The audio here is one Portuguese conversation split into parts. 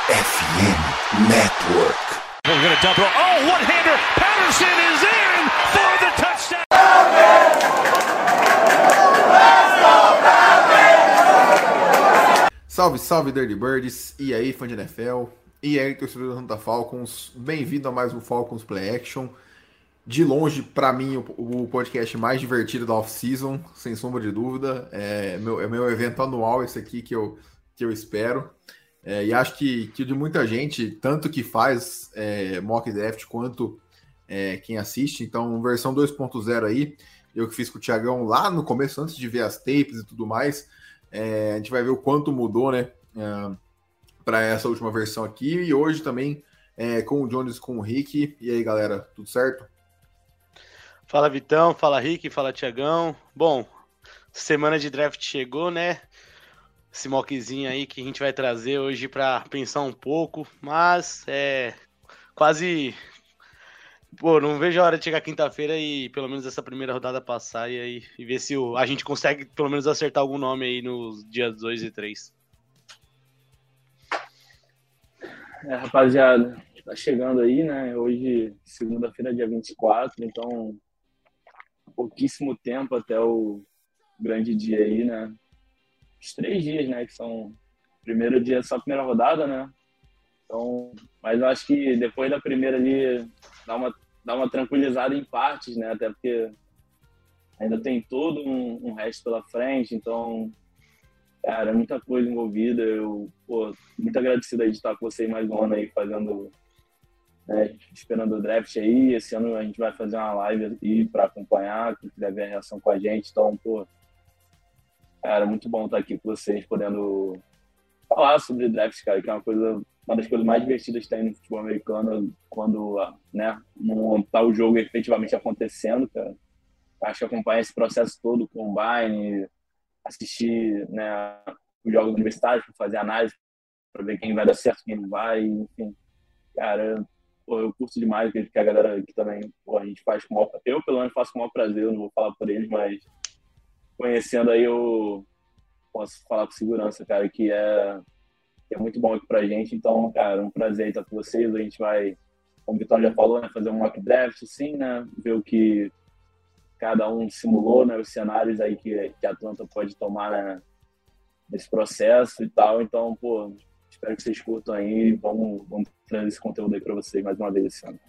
FM Network. We're going to double. Oh, one-hander. Patterson is in for the touchdown. Salve, salve, Dirty Birds. E aí, fã de NFL. E aí, torcedor do Atlanta Falcons. Bem-vindo a mais um Falcons Play Action. De longe, para mim, o podcast mais divertido da off-season, sem sombra de dúvida. É meu evento anual esse aqui que eu espero. E acho que de muita gente, tanto que faz mock draft quanto quem assiste. Então, versão 2.0 aí, eu que fiz com o Thiagão lá no começo, antes de ver as tapes e tudo mais. A gente vai ver o quanto mudou, né, para essa última versão aqui. E hoje também com o Jones, com o Rick. E aí, galera, tudo certo? Fala, Vitão, fala, Rick, fala, Thiagão. Bom, semana de draft chegou, né? Esse mockzinho aí que a gente vai trazer hoje para pensar um pouco, mas quase... Pô, não vejo a hora de chegar quinta-feira e pelo menos essa primeira rodada passar e ver se a gente consegue pelo menos acertar algum nome aí nos dias 2 e 3. Rapaziada, tá chegando aí, né? Hoje, segunda-feira, dia 24, então pouquíssimo tempo até o grande dia aí, né? Os 3 dias, né? Que são... Primeiro dia só a primeira rodada, né? Então, mas eu acho que depois da primeira ali dá uma tranquilizada em partes, né? Até porque ainda tem todo um resto pela frente, então, cara, muita coisa envolvida. Eu, muito agradecido aí de estar com vocês mais um ano aí fazendo, né, esperando o draft aí. Esse ano a gente vai fazer uma live aí para acompanhar, quem quiser ver a reação com a gente. Então, cara, muito bom estar aqui com vocês, podendo falar sobre draft, cara, que é uma das coisas mais divertidas que tem no futebol americano, quando, né, não tá o jogo efetivamente acontecendo, cara. Acho que acompanhar esse processo todo, o combine, assistir, né, os jogos universitários, para fazer análise, para ver quem vai dar certo, quem não vai, enfim. Cara, eu curto demais o que a galera aqui também, a gente faz com o maior... Eu, pelo menos, faço com o maior prazer, eu não vou falar por eles, mas conhecendo aí, eu posso falar com segurança, cara, que é muito bom aqui pra gente. Então, cara, um prazer estar com vocês. A gente vai, como o Vitor já falou, né, fazer um mock draft, assim, né, ver o que cada um simulou, né, os cenários aí que a Atlanta pode tomar, né, nesse processo e tal. Então, espero que vocês curtam aí. Vamos trazer esse conteúdo aí pra vocês mais uma vez esse ano.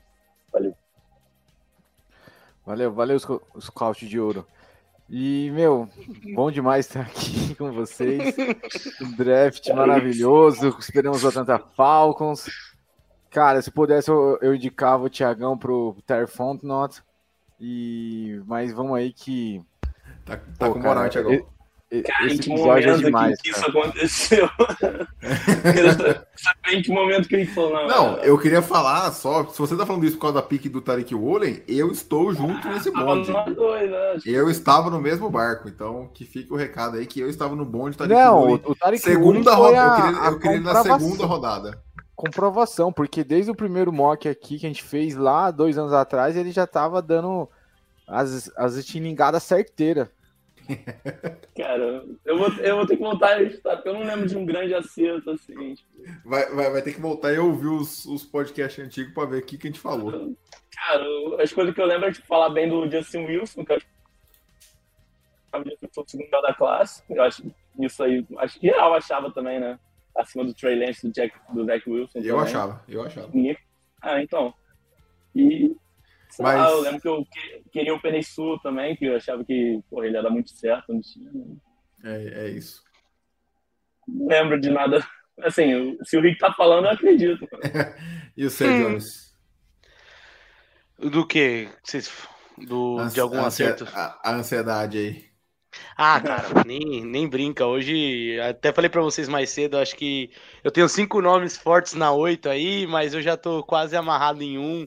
Valeu. Valeu os coach de ouro. E, bom demais estar aqui com vocês. Um draft maravilhoso. Esperamos o Atlanta Falcons. Cara, se pudesse, eu indicava o Thiagão pro Terry Fontenot. Mas vamos aí que... Tá com moral, Thiagão. Esse episódio é demais, que isso aconteceu. Saber em que momento que ele falou. Não, eu queria falar só, se você tá falando isso por causa da pique do Tariq Woolen, eu estou junto nesse bonde. Eu estava no mesmo barco, então que fique o recado aí que eu estava no bonde do Tariq Woolen. O Tariq segunda rodada, eu queria ir na comprovação. segunda rodada. Comprovação, porque desde o primeiro mock aqui que a gente fez lá 2 anos atrás, ele já tava dando as estilingadas certeiras. Cara, eu vou ter que voltar a editar, porque eu não lembro de um grande acerto assim. Vai ter que voltar e ouvir os podcasts antigos pra ver o que a gente falou. Cara, as coisas que eu lembro é de falar bem do Justin Wilson, que eu foi o segundo da classe. Eu acho isso aí, acho que geral achava também, né? Acima do Trey Lance, do Zach Wilson. Eu achava. Então. Mas eu lembro que eu queria o Penei Sewell também, que eu achava que ele ia dar muito certo no time. É isso. Não lembro de nada. Assim, se o Rick tá falando, eu acredito. E o Sr. Jones? Do quê? De algum acerto? A ansiedade aí. Cara, nem brinca. Hoje, até falei pra vocês mais cedo, acho que eu tenho 5 nomes fortes na 8 aí, mas eu já tô quase amarrado em um.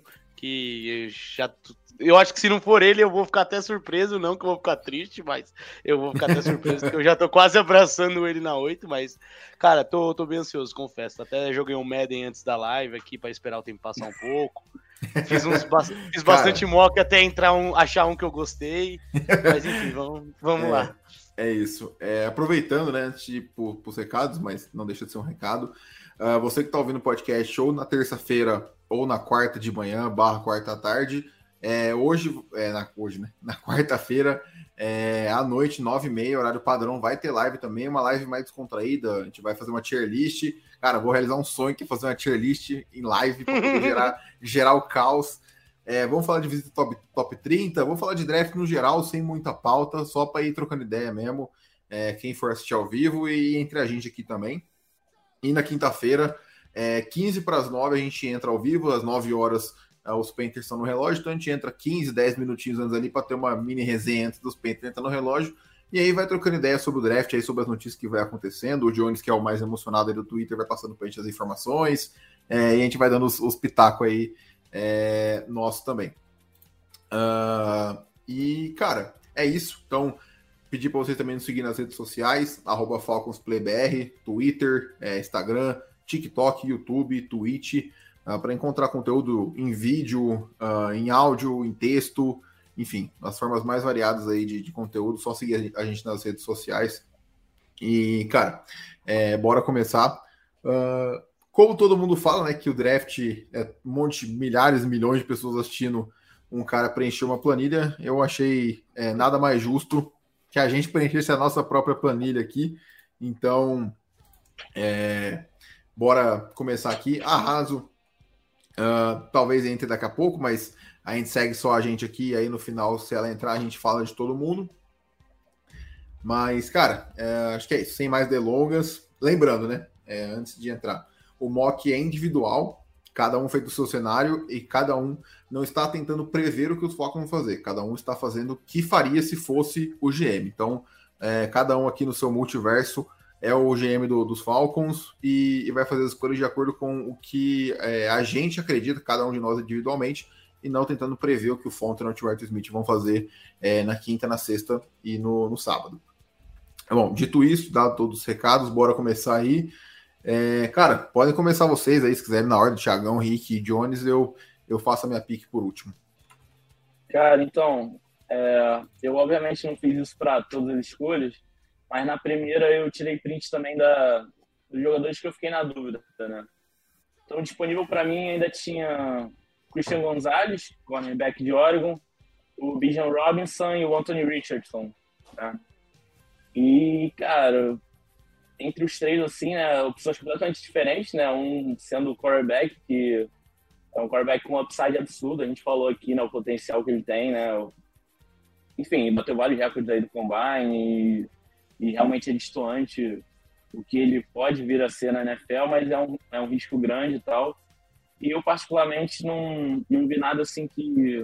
Eu acho que se não for ele, eu vou ficar até surpreso, não que eu vou ficar triste, mas eu vou ficar até surpreso, porque eu já tô quase abraçando ele na 8, mas, cara, tô bem ansioso, confesso. Até joguei um Madden antes da live aqui pra esperar o tempo passar um pouco. Fiz bastante mock até achar um que eu gostei, mas enfim, vamos lá. É isso. Aproveitando, né, antes de ir pros recados, mas não deixa de ser um recado, Você que está ouvindo o podcast ou na terça-feira ou na quarta de manhã, quarta à tarde, hoje, né? Na quarta-feira, à noite, 9h30, horário padrão, vai ter live também, uma live mais descontraída. A gente vai fazer uma tier list. Cara, vou realizar um sonho que é fazer uma tier list em live para poder gerar o caos. Vamos falar de visita top 30, vamos falar de draft no geral, sem muita pauta, só para ir trocando ideia mesmo. Quem for assistir ao vivo e entre a gente aqui também. E na quinta-feira, 15 para as 9, a gente entra ao vivo, às 9 horas os Panthers estão no relógio, então a gente entra 15, 10 minutinhos antes ali para ter uma mini resenha antes dos Panthers entrar no relógio, e aí vai trocando ideia sobre o draft, aí sobre as notícias que vai acontecendo. O Jones, que é o mais emocionado aí do Twitter, vai passando para a gente as informações, e a gente vai dando os pitacos aí nosso também. E, cara, é isso. Então, pedir para vocês também nos seguir nas redes sociais, @FalconsPlayBR, Twitter, Instagram, TikTok, YouTube, Twitch, para encontrar conteúdo em vídeo, em áudio, em texto, enfim, as formas mais variadas aí de conteúdo, só seguir a gente nas redes sociais. E, cara, bora começar. Como todo mundo fala, né, que o draft é milhares, milhões de pessoas assistindo um cara preencher uma planilha, eu achei nada mais justo que a gente preenchesse a nossa própria planilha aqui. Então, bora começar aqui. Arraso, talvez entre daqui a pouco, mas a gente segue só a gente aqui, e aí no final, se ela entrar, a gente fala de todo mundo. Mas, cara, acho que é isso. Sem mais delongas. Lembrando, né, antes de entrar, o mock é individual, cada um fez o seu cenário e cada um não está tentando prever o que os Falcons vão fazer. Cada um está fazendo o que faria se fosse o GM. Então, cada um aqui no seu multiverso é o GM dos Falcons e vai fazer as escolhas de acordo com o que a gente acredita, cada um de nós individualmente, e não tentando prever o que o Fontenot e o Arthur Smith vão fazer na quinta, na sexta e no sábado. Bom, dito isso, dado todos os recados, bora começar aí. Cara, podem começar vocês aí, se quiserem, na ordem, Thiagão, Rick e Jones, eu faço a minha pick por último. Cara, então, eu obviamente não fiz isso para todas as escolhas, mas na primeira eu tirei print também dos jogadores que eu fiquei na dúvida, né? Então, disponível para mim ainda tinha Christian Gonzalez, cornerback de Oregon, o Bijan Robinson e o Anthony Richardson, tá? E, cara, entre os três, assim, né, opções completamente diferentes, né? Um sendo o quarterback, que é um quarterback com um upside absurdo. A gente falou aqui, né, o potencial que ele tem, né? Enfim, bateu vários recordes aí do Combine e realmente é distoante o que ele pode vir a ser na NFL, mas é um risco grande e tal. E eu, particularmente, não vi nada assim que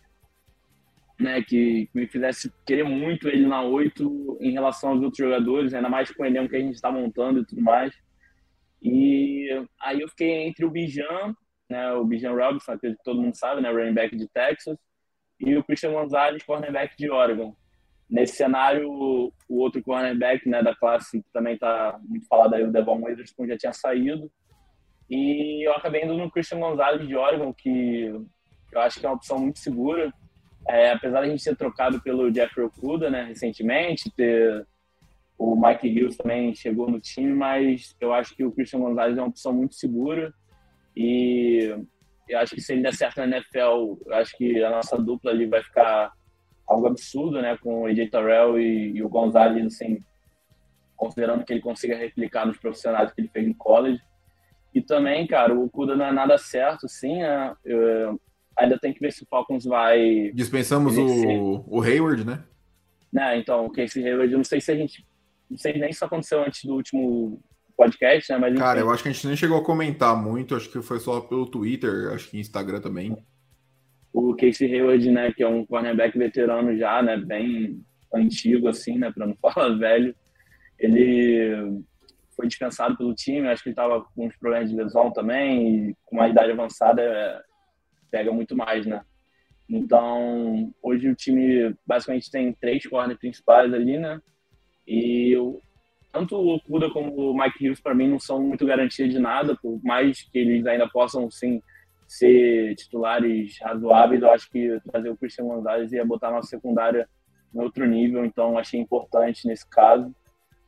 me fizesse querer muito ele na 8 em relação aos outros jogadores, ainda mais com o elenco que a gente está montando e tudo mais. E aí eu fiquei entre o Bijan, né, o Bijan Robinson, que todo mundo sabe, né, running back de Texas, e o Christian Gonzalez, cornerback de Oregon. Nesse cenário, o outro cornerback, né, da classe, que também está muito falado aí, o Devon Witherspoon, já tinha saído. E eu acabei indo no Christian Gonzalez de Oregon, que eu acho que é uma opção muito segura. Apesar de a gente ter trocado pelo Jeffrey Okudah, né, recentemente, o Mike Hills também chegou no time, mas eu acho que o Christian Gonzalez é uma opção muito segura. E eu acho que se ele der certo na NFL, eu acho que a nossa dupla ali vai ficar algo absurdo, né, com o AJ Terrell e o Gonzalez, assim, considerando que ele consiga replicar nos profissionais que ele fez no college. E também, cara, o Okudah não é nada certo, assim, né? Ainda tem que ver se o Falcons vai... Dispensamos o Hayward, né? Então, o Casey Hayward, eu não sei nem se isso aconteceu antes do último podcast, né? Mas, cara, eu acho que a gente nem chegou a comentar muito, acho que foi só pelo Twitter, acho que Instagram também. O Casey Hayward, né, que é um cornerback veterano já, né, bem antigo, assim, né, para não falar velho, ele foi dispensado pelo time, acho que ele estava com uns problemas de lesão também, e com uma idade avançada pega muito mais, né. Então, hoje o time basicamente tem 3 corners principais ali, né, e tanto o Okudah como o Mike Hills, para mim, não são muito garantia de nada, por mais que eles ainda possam, sim, ser titulares razoáveis. Eu acho que trazer o Christian Gonzalez ia botar a nossa secundária em outro nível, então achei importante nesse caso.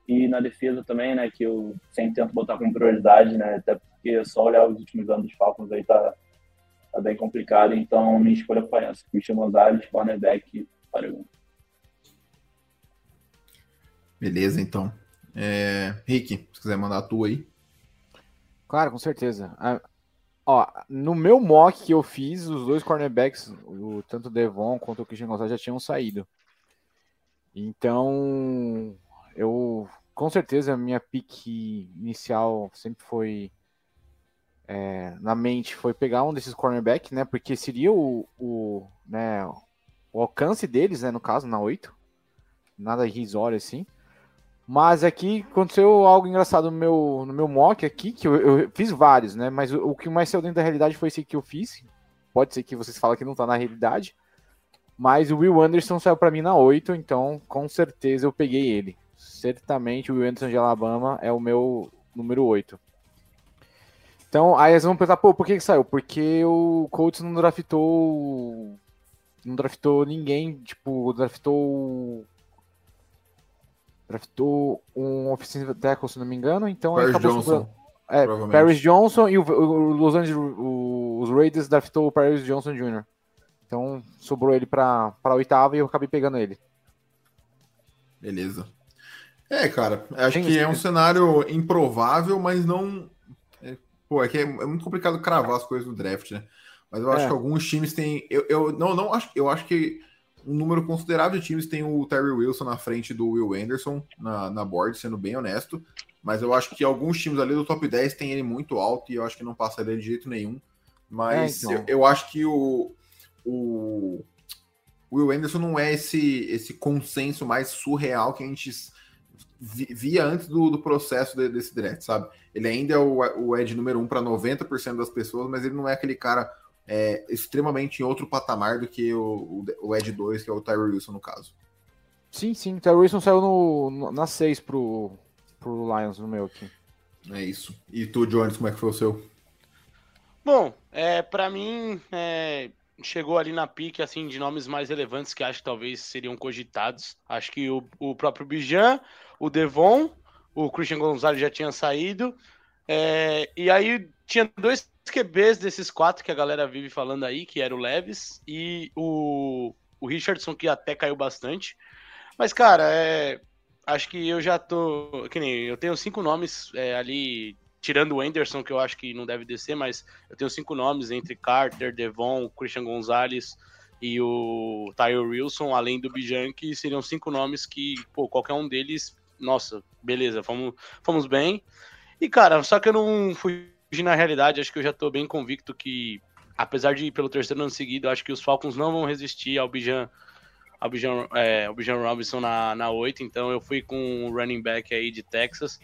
E na defesa também, né, que eu sempre tento botar como prioridade, né, até porque só olhar os últimos anos dos Falcons aí tá bem complicado, então minha escolha foi essa, Christian Gonzalez, cornerback, Oregon. Beleza, então. Rick, se quiser mandar a tua aí. Claro, com certeza. No meu mock que eu fiz, os dois cornerbacks, tanto o Devon quanto o Christian Gonzalez, já tinham saído. Então, com certeza, a minha pick inicial sempre foi, na mente, foi pegar um desses cornerbacks, né? Porque seria o alcance deles, né? No caso, na 8. Nada irrisório, assim. Mas aqui aconteceu algo engraçado no meu mock aqui, que eu fiz vários, né? Mas o que mais saiu dentro da realidade foi esse que eu fiz. Pode ser que vocês falem que não tá na realidade. Mas o Will Anderson saiu para mim na 8, então com certeza eu peguei ele. Certamente o Will Anderson de Alabama é o meu número 8. Então, aí eles vão pensar, por que saiu? Porque o Colts não draftou ninguém, tipo, draftou um offensive tackle, se não me engano, então Paris acabou Johnson. Paris Johnson, e o Los Angeles, os Raiders draftou o Paris Johnson Jr. Então sobrou ele para a 8ª e eu acabei pegando ele. Beleza. Cara, acho que é um cenário improvável, mas não... é muito complicado cravar as coisas do draft, né? Mas eu acho que alguns times têm... Eu acho que um número considerável de times tem o Terry Wilson na frente do Will Anderson na board, sendo bem honesto. Mas eu acho que alguns times ali do top 10 tem ele muito alto e eu acho que não passaria de jeito nenhum. Mas então. eu acho que o Will Anderson não é esse consenso mais surreal que a gente via antes do processo desse draft, sabe? Ele ainda é o edge número 1 para 90% das pessoas, mas ele não é aquele cara extremamente em outro patamar do que o edge 2, que é o Tyree Wilson no caso. Sim, o Tyree Wilson saiu na 6 pro Lions no meu aqui. É isso. E tu, Jones, como é que foi o seu? Bom, para mim, chegou ali na pique, assim, de nomes mais relevantes que acho que talvez seriam cogitados. Acho que o próprio Bijan, o Devon, o Christian Gonzalez já tinha saído. E aí tinha dois QBs desses 4 que a galera vive falando aí, que era o Levis e o Richardson, que até caiu bastante. Mas, cara, acho que eu já tô... Que nem eu tenho 5 nomes ali... Tirando o Anderson, que eu acho que não deve descer, mas eu tenho 5 nomes entre Carter, Devon, Christian Gonzalez e o Tyree Wilson, além do Bijan, que seriam 5 nomes que, qualquer um deles, nossa, beleza, fomos bem. E, cara, só que eu não fugi na realidade, acho que eu já tô bem convicto que, apesar de ir pelo 3º ano seguido, acho que os Falcons não vão resistir ao Bijan Robinson na 8, então eu fui com o running back aí de Texas.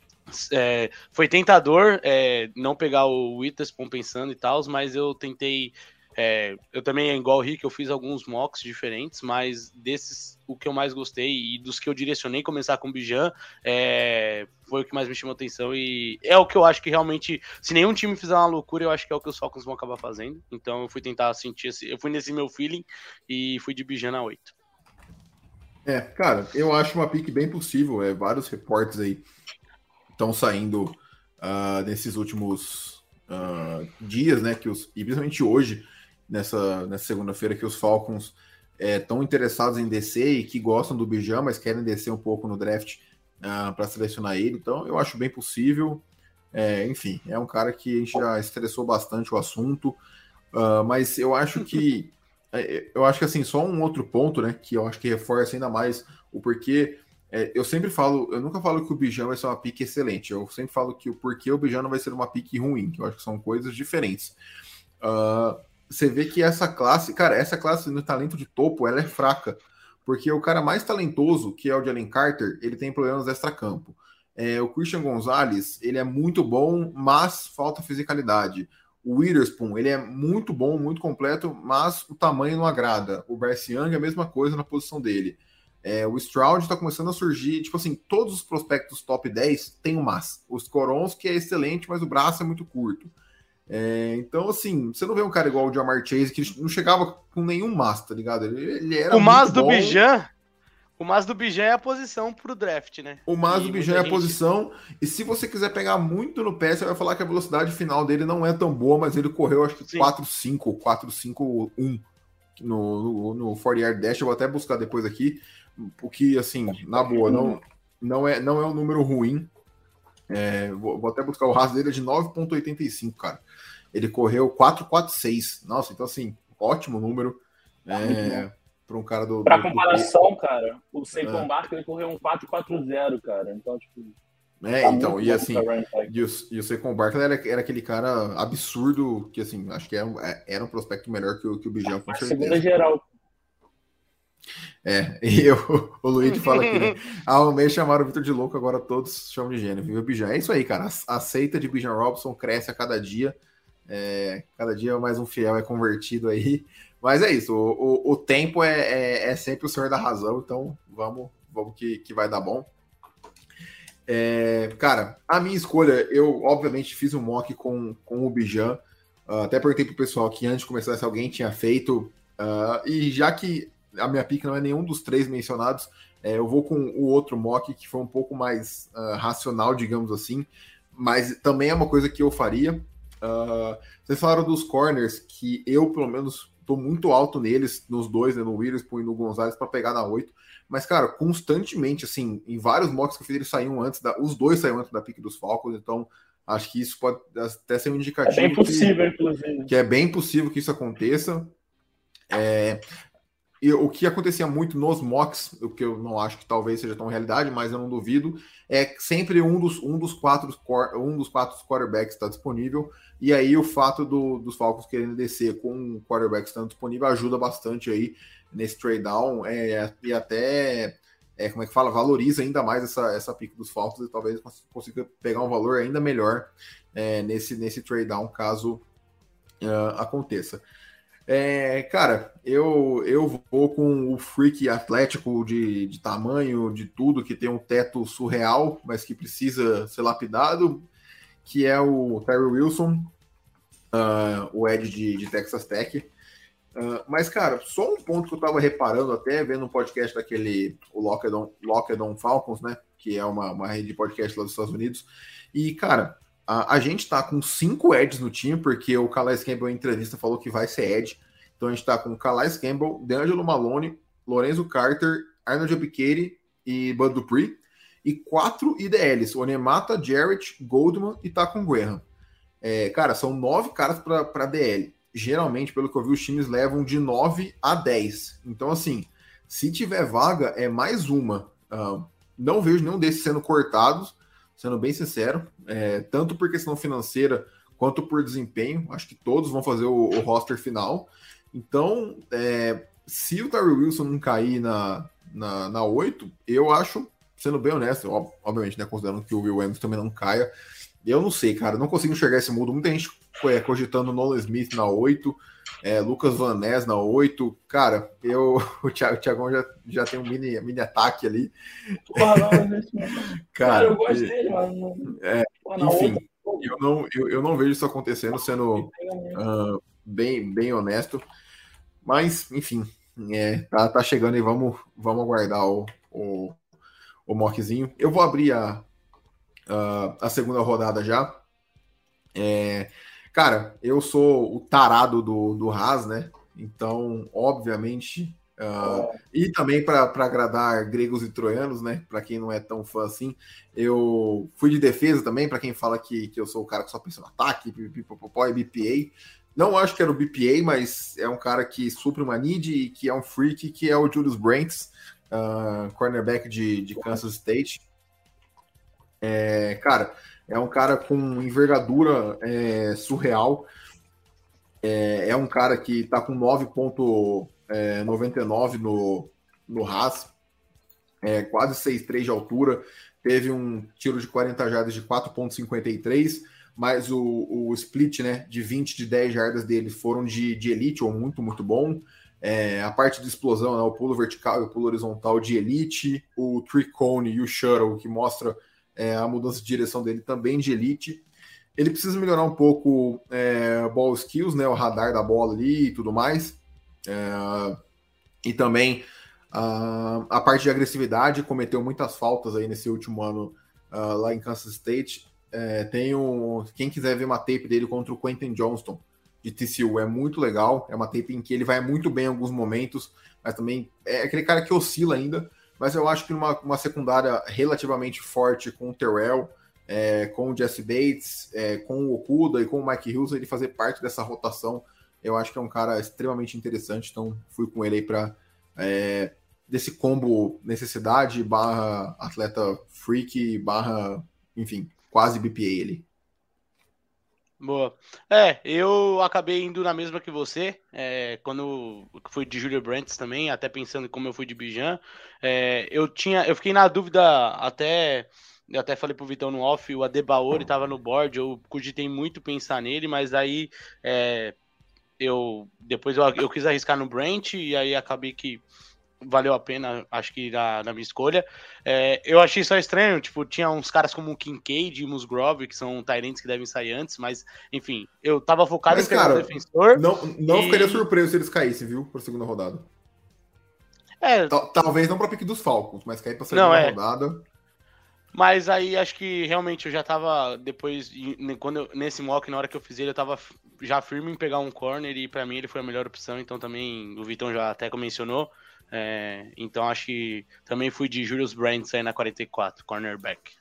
Foi tentador não pegar o Witherspoon pensando e tal, mas eu tentei. Eu também, igual o Rick, eu fiz alguns mocks diferentes, mas desses, o que eu mais gostei e dos que eu direcionei começar com o Bijan, foi o que mais me chamou atenção e é o que eu acho que realmente, se nenhum time fizer uma loucura, eu acho que é o que os Falcons vão acabar fazendo. Então eu fui tentar sentir eu fui nesse meu feeling e fui de Bijan na 8. Cara, eu acho uma pick bem possível, vários reportes aí estão saindo nesses últimos dias, né? E principalmente hoje, nessa segunda-feira, que os Falcons estão interessados em descer e que gostam do Bijan, mas querem descer um pouco no draft para selecionar ele. Então, eu acho bem possível. Enfim, é um cara que a gente já estressou bastante o assunto, mas eu acho que assim, só um outro ponto, né? Que eu acho que reforça ainda mais o porquê. Eu nunca falo que o Bijan vai ser uma pique excelente, eu sempre falo que o porquê o Bijan não vai ser uma pique ruim, que eu acho que são coisas diferentes. Você vê que essa classe no talento de topo, ela é fraca, porque o cara mais talentoso, que é o Jalen Carter, ele tem problemas extra-campo. O Christian Gonzalez, ele é muito bom, mas falta fisicalidade. O Witherspoon, ele é muito bom, muito completo, mas o tamanho não agrada. O Bryce Young é a mesma coisa na posição dele. O Stroud está começando a surgir, tipo assim, todos os prospectos top 10 tem o mas. O Skoronski é excelente, mas o braço é muito curto. Então, assim, você não vê um cara igual o Ja'Marr Chase, que não chegava com nenhum mas, tá ligado? Ele era o mas muito do bom. Bijan, O mas do Bijan é a posição pro draft, né? O mas do Bijan é a gente... posição. E se você quiser pegar muito no pé, você vai falar que a velocidade final dele não é tão boa, mas ele correu acho que 4.5, 4.5.1 no 40-yard dash. Eu vou até buscar depois aqui. Porque, assim, na boa, não é um número ruim. Vou até buscar o RAS dele é de 9.85, cara. Ele correu 4.46. Nossa, então, assim, ótimo número. Para um cara do... Pra comparação, cara, o Saquon Barkley correu um 4.40, cara. Então, tipo... então, e assim, e o Saquon Barkley era aquele cara absurdo, que assim, acho que era um prospecto melhor que o Bijan, com certeza. Segunda geral. E o Luigi fala aqui, né? Ao mês chamaram o Vitor de louco, agora todos chamam de gênio. Viu, Bijan? É isso aí, cara. A seita de Bijan Robinson cresce a cada dia. Cada dia mais um fiel é convertido aí. Mas é isso, o tempo é sempre o senhor da razão, então vamos que vai dar bom. Cara, a minha escolha, eu obviamente fiz um mock com o Bijan, até perguntei pro pessoal aqui antes de começar se alguém tinha feito, e já que a minha pick não é nenhum dos três mencionados, eu vou com o outro mock que foi um pouco mais racional, digamos assim, mas também é uma coisa que eu faria. Vocês falaram dos corners, que eu pelo menos tô muito alto neles, nos dois, né, no Witherspoon e no Gonzalez, para pegar na 8. Mas, cara, constantemente, assim, em vários mocks que eu fiz, eles saíam antes os dois saíam antes da pick dos Falcons, então acho que isso pode até ser um indicativo. É bem possível, inclusive. Que é bem possível que isso aconteça. E o que acontecia muito nos mocks, o que eu não acho que talvez seja tão realidade, mas eu não duvido, é sempre um dos quatro quarterbacks está disponível, e aí o fato dos Falcons querendo descer com o quarterback estando disponível ajuda bastante aí nesse trade down, e até, como é que fala, valoriza ainda mais essa pick dos Falcons, e talvez consiga pegar um valor ainda melhor nesse trade down, caso aconteça. Cara, eu vou com o freak atlético de tamanho, de tudo, que tem um teto surreal, mas que precisa ser lapidado, que é o Tyree Wilson, o Ed de Texas Tech. Mas, cara, só um ponto que eu tava reparando, até vendo um podcast daquele, o Locked On Falcons, né, que é uma rede de podcast lá dos Estados Unidos, e, cara, a gente tá com 5 Eds no time, porque o Calais Campbell em entrevista falou que vai ser Ed. Então a gente tá com Calais Campbell, DeAngelo Malone, Lorenzo Carter, Arnold Ebiketie e Bud Dupree. E 4 IDLs, Onemata, Jarrett, Goldman e Taquan Graham. Cara, são 9 caras para DL. Geralmente, pelo que eu vi, os times levam de 9 a 10. Então, assim, se tiver vaga, é mais uma. Não vejo nenhum desses sendo cortados, sendo bem sincero, tanto por questão financeira quanto por desempenho. Acho que todos vão fazer o roster final. Então, se o Tyree Wilson não cair na 8, eu acho, sendo bem honesto, obviamente, né, considerando que o Will Williams também não caia, eu não sei, cara, não consigo enxergar esse mundo. Muita gente cogitando Nolan Smith na 8, Lucas Van Ness na 8. Cara, o Thiagão já tem um mini ataque ali. Cara, eu gosto dele, mano. Enfim, eu não vejo isso acontecendo, sendo bem honesto. Mas, enfim, tá chegando e vamos aguardar o mockzinho. Eu vou abrir a segunda rodada já. Cara, eu sou o tarado do Haas, né? Então, obviamente, e também para agradar gregos e troianos, né? Para quem não é tão fã assim, eu fui de defesa também, para quem fala que eu sou o cara que só pensa no ataque, pipipopopó e BPA. Não acho que era o BPA, mas é um cara que supre uma need e que é um freak, que é o Julius Brents, cornerback de Kansas State. Cara, é um cara com envergadura surreal. É um cara que tá com 9.99 no RAS, quase 6'3 de altura, teve um tiro de 40 jardas de 4.53, mas o split, né, de 20 de 10 jardas dele foram de elite, ou muito, muito bom. A parte de explosão, né, o pulo vertical e o pulo horizontal de elite, o three cone e o shuttle, que mostra a mudança de direção dele, também de elite. Ele precisa melhorar um pouco ball skills, né, o radar da bola ali e tudo mais. E também A parte de agressividade, cometeu muitas faltas aí nesse último ano lá em Kansas State. Quem quiser ver uma tape dele contra o Quentin Johnston de TCU, é muito legal. É uma tape em que ele vai muito bem em alguns momentos, mas também é aquele cara que oscila ainda. Mas eu acho que uma secundária relativamente forte com o Terrell, com o Jesse Bates, com o Okuda e com o Mike Hills, ele fazer parte dessa rotação, eu acho que é um cara extremamente interessante. Então fui com ele aí para desse combo necessidade / atleta freak / enfim, quase BPA ele. Boa. Eu acabei indo na mesma que você, quando fui de Julia Brents também, até pensando como eu fui de Bijan. Eu fiquei na dúvida, eu até falei pro Vitão no off, o Adebayor estava no board, eu cogitei muito pensar nele, mas aí depois eu quis arriscar no Brent, e aí acabei que valeu a pena, acho que na minha escolha. Eu achei só estranho, tipo, tinha uns caras como o Kincaid e Musgrove, que são Tyrants que devem sair antes, mas, enfim, eu tava focado em pegar um defensor. Não ficaria surpreso se eles caíssem, viu, pra segunda rodada. Talvez não pra pique dos Falcons, mas cair pra segunda rodada. Mas aí acho que realmente eu já tava, depois, nesse mock, na hora que eu fiz ele, eu tava já firme em pegar um corner, e pra mim ele foi a melhor opção, então também o Vitão já até mencionou. Então acho que também fui de Julius Brents aí na 44, cornerback.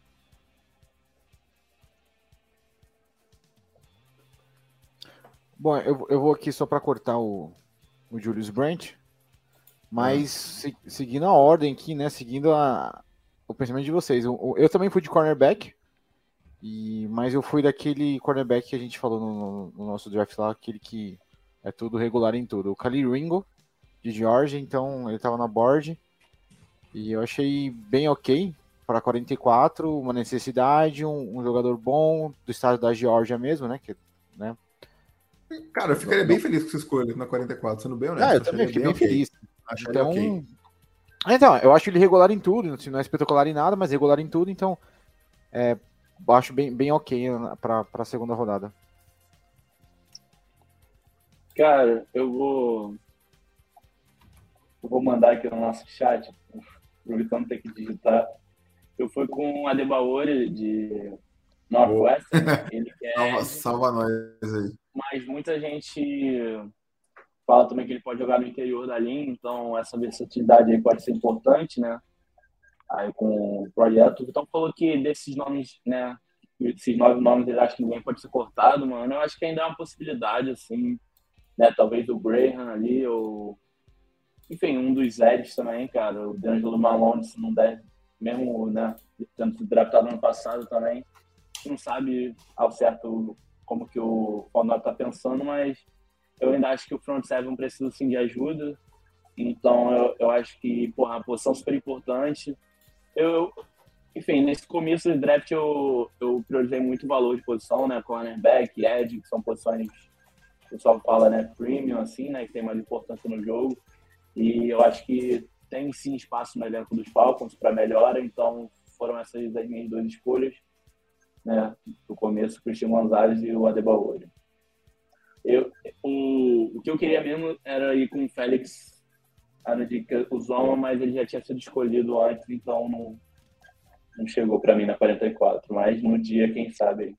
Bom, eu vou aqui só para cortar o Julius Brent, mas seguindo a ordem aqui, né? Seguindo o pensamento de vocês. Eu também fui de cornerback, mas eu fui daquele cornerback que a gente falou no nosso draft lá, aquele que é tudo regular em tudo. O Khalil Ringo, de Georgia, então ele estava na board, e eu achei bem ok para 44, uma necessidade, um jogador bom do estado da Georgia mesmo, né? Cara, eu ficaria bem feliz com essa escolha na 44, sendo bem honesto. Eu também fiquei bem feliz. Então, eu acho ele regular em tudo, não é espetacular em nada, mas regular em tudo, então acho bem ok para a segunda rodada. Cara, eu vou mandar aqui no nosso chat, pro Vitão não ter que digitar. Eu fui com o Adebayor de Northwestern. Ele salva nós aí. Mas muita gente fala também que ele pode jogar no interior da linha, então essa versatilidade aí pode ser importante, né? Aí com o projeto, o Vitão falou que desses nomes, né? Esses 9 nomes, ele acha que ninguém pode ser cortado, mano. Eu acho que ainda é uma possibilidade, assim, né? Talvez o Graham ali, ou enfim, um dos Eds também, cara. O D'Angelo Malone, se não der, mesmo, né? Tendo sido draftado no ano passado também, não sabe ao certo como que o Fonor tá pensando, mas eu ainda acho que o front seven precisa, sim, de ajuda. Então, eu acho que, a posição super importante. Enfim, nesse começo do draft, eu priorizei muito o valor de posição, né? Cornerback, edge, que são posições, o pessoal fala, né? Premium, assim, né? Que tem mais importância no jogo. E eu acho que tem, sim, espaço no elenco dos Falcons para melhora. Então, foram essas as minhas 2 escolhas, né? No começo, o Christian Gonzalez e o Adebayor. O que eu queria mesmo era ir com o Félix Uzomah, mas ele já tinha sido escolhido antes, então não chegou para mim na 44. Mas no dia, quem sabe.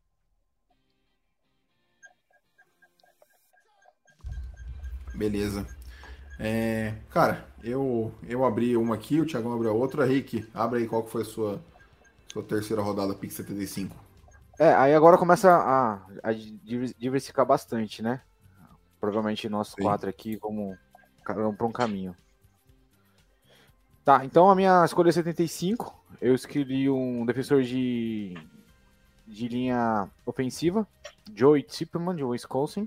Beleza. Cara, eu abri uma aqui, o Thiagão abriu a outra. Rick, abre aí qual que foi a sua terceira rodada, pick 75. Aí agora começa a diversificar bastante, né? Provavelmente nós 4 aqui vamos cada um para um caminho. Tá, então a minha escolha é 75. Eu escolhi um defensor de linha ofensiva, Joey Zipperman, de Wisconsin.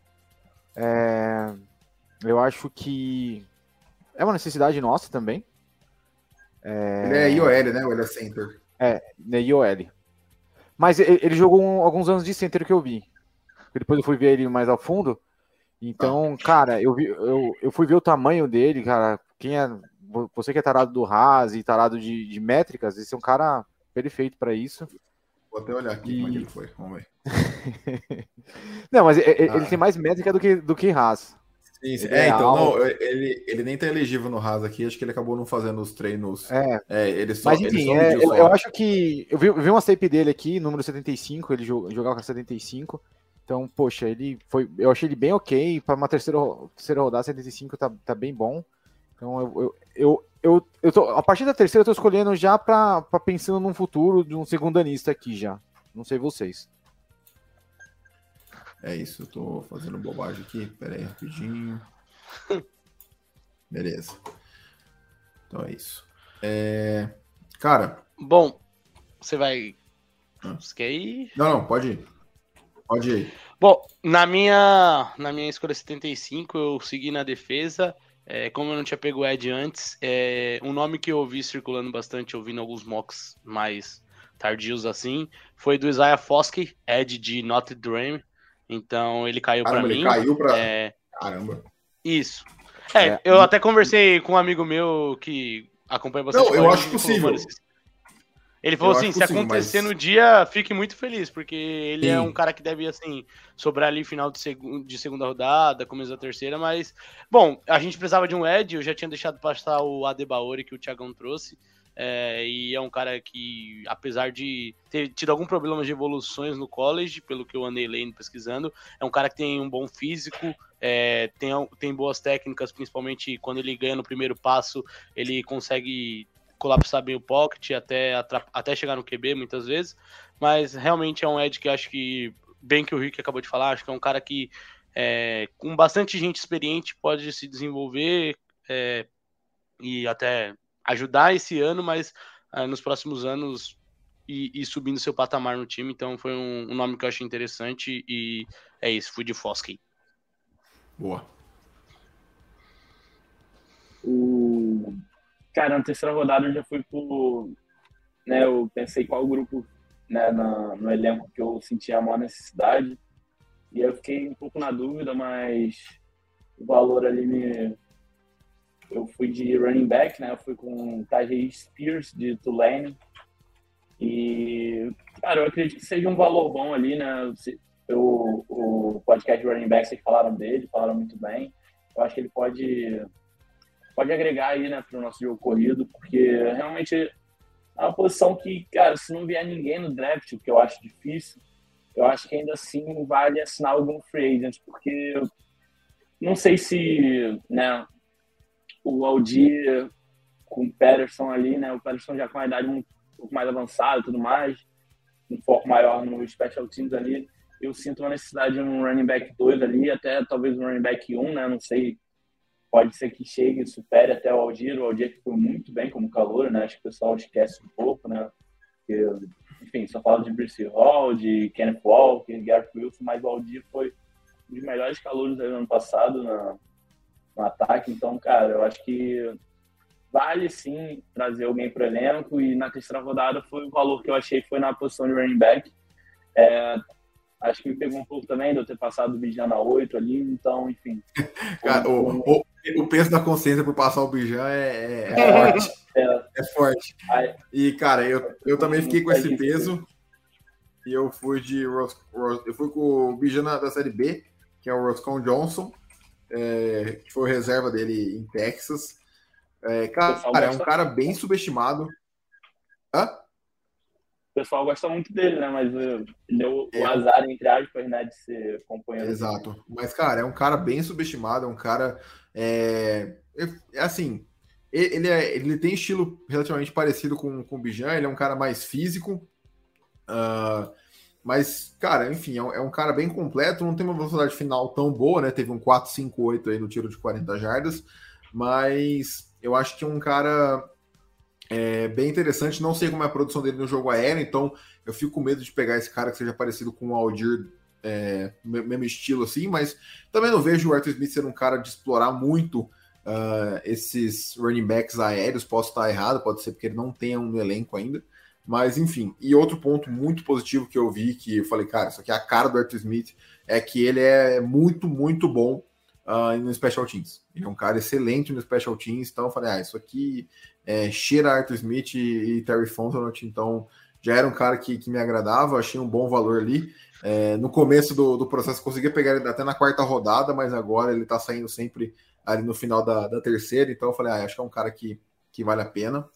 Eu acho que é uma necessidade nossa também. Ele é IOL, né? Ou ele é center? IOL. Mas ele jogou alguns anos de center que eu vi. Depois eu fui ver ele mais ao fundo. Então, cara, eu fui ver o tamanho dele, cara. Você que é tarado do RAS e tarado de métricas, esse é um cara perfeito para isso. Vou até olhar aqui como é que ele foi. Vamos ver. Não, mas ele tem mais métrica do que RAS. Sim, sim. Ele é Então, alto. não, ele nem tá elegível no Haas aqui, acho que ele acabou não fazendo os treinos. Ele só, Mas ele enfim, só mediu eu só. acho que. Eu vi uma tape dele aqui, número 75, ele jogava com a 75. Então, poxa, ele foi. Eu achei ele bem ok. Para uma terceira rodada, 75 tá bem bom. Então eu tô. A partir da terceira eu tô escolhendo já pra pensando num futuro de um segundanista aqui já. Não sei vocês. É isso, eu tô fazendo bobagem aqui. Pera aí, rapidinho. Beleza. Então é isso. Cara. Bom, você vai. Você quer ir? Não, pode ir. Pode ir. Bom, na minha escolha 75, eu segui na defesa. Como eu não tinha pego o Ed antes, um nome que eu ouvi circulando bastante, ouvindo alguns mocks mais tardios assim, foi do Isaiah Foskey, Ed de Notre Dame. Então ele caiu para mim. Ele caiu pra. Caramba. Isso. Eu até conversei com um amigo meu que acompanha bastante. Não, eu acho possível. Ele falou assim, se acontecer no dia, fique muito feliz, porque ele é um cara que deve, assim, sobrar ali final de segunda rodada, começo da terceira, mas, bom, a gente precisava de um Ed, eu já tinha deixado passar o Adebaori que o Thiagão trouxe, e é um cara que, apesar de ter tido algum problema de evoluções no college, pelo que eu andei lendo, pesquisando, é um cara que tem um bom físico, tem boas técnicas, principalmente quando ele ganha no primeiro passo, ele consegue colapsar bem o pocket até chegar no QB muitas vezes, mas realmente é um edge que acho que, bem que o Rick acabou de falar, acho que é um cara que com bastante gente experiente pode se desenvolver e até ajudar esse ano, mas nos próximos anos ir subindo seu patamar no time, então foi um nome que eu achei interessante e é isso, fui de Foskey. Boa. Cara, na terceira rodada eu já fui por... Né, eu pensei qual grupo, né, no elenco que eu sentia a maior necessidade. E eu fiquei um pouco na dúvida, mas o valor ali eu fui de running back, né? Eu fui com Tyjae Spears, de Tulane. E, cara, eu acredito que seja um valor bom ali, né? O podcast de running back, vocês falaram dele, falaram muito bem. Eu acho que ele pode agregar aí, né, para o nosso jogo corrido, porque realmente é uma posição que, cara, se não vier ninguém no draft, o que eu acho difícil, eu acho que ainda assim vale assinar algum free agent, porque não sei se, né, o Aldir com o Patterson ali, né, o Patterson já com a idade um pouco mais avançada e tudo mais, um foco maior no special teams ali, eu sinto uma necessidade de um running back 2 ali, até talvez um running back 1, né, não sei. Pode ser que chegue e supere até o Aldir que foi muito bem como calor, né? Acho que o pessoal esquece um pouco, né? Porque, enfim, só fala de Bruce Hall, de Kenneth Walker, Garrett Wilson, mas o Aldir foi um dos melhores calouros do ano passado no ataque. Então, cara, eu acho que vale sim trazer alguém para o elenco, e na terceira rodada foi o valor que eu achei foi na posição de running back. Acho que me pegou um pouco também de eu ter passado o Bijan na 8 ali, então, enfim. Cara, o peso da consciência por passar o Bijan é forte. É forte. E, cara, eu também fiquei com esse peso. E eu fui eu fui com o Bijan da série B, que é o Roscoe Johnson, que foi o reserva dele em Texas. Cara, é um cara bem subestimado. Hã? O pessoal gosta muito dele, né? Mas deu o azar, entre aspas, né? De ser companheiro. Exato. Dele. Mas, cara, é um cara bem subestimado, é um cara... assim, ele tem estilo relativamente parecido com o Bijan, ele é um cara mais físico, mas, cara, enfim, é um cara bem completo, não tem uma velocidade final tão boa, né? Teve um 4.58 aí no tiro de 40 jardas, mas eu acho que é um cara... bem interessante, não sei como é a produção dele no jogo aéreo, então eu fico com medo de pegar esse cara que seja parecido com o Aldir, mesmo estilo assim, mas também não vejo o Arthur Smith ser um cara de explorar muito esses running backs aéreos. Posso estar errado, pode ser porque ele não tenha um no elenco ainda, mas enfim. E outro ponto muito positivo que eu vi, que eu falei, cara, isso aqui é a cara do Arthur Smith, é que ele é muito, muito bom no Special Teams. Ele é um cara excelente no Special Teams, então eu falei, isso aqui cheira Arthur Smith e Terry Fontenot, então já era um cara que me agradava, achei um bom valor ali. No começo do processo, conseguia pegar ele até na quarta rodada, mas agora ele tá saindo sempre ali no final da terceira, então eu falei, acho que é um cara que vale a pena.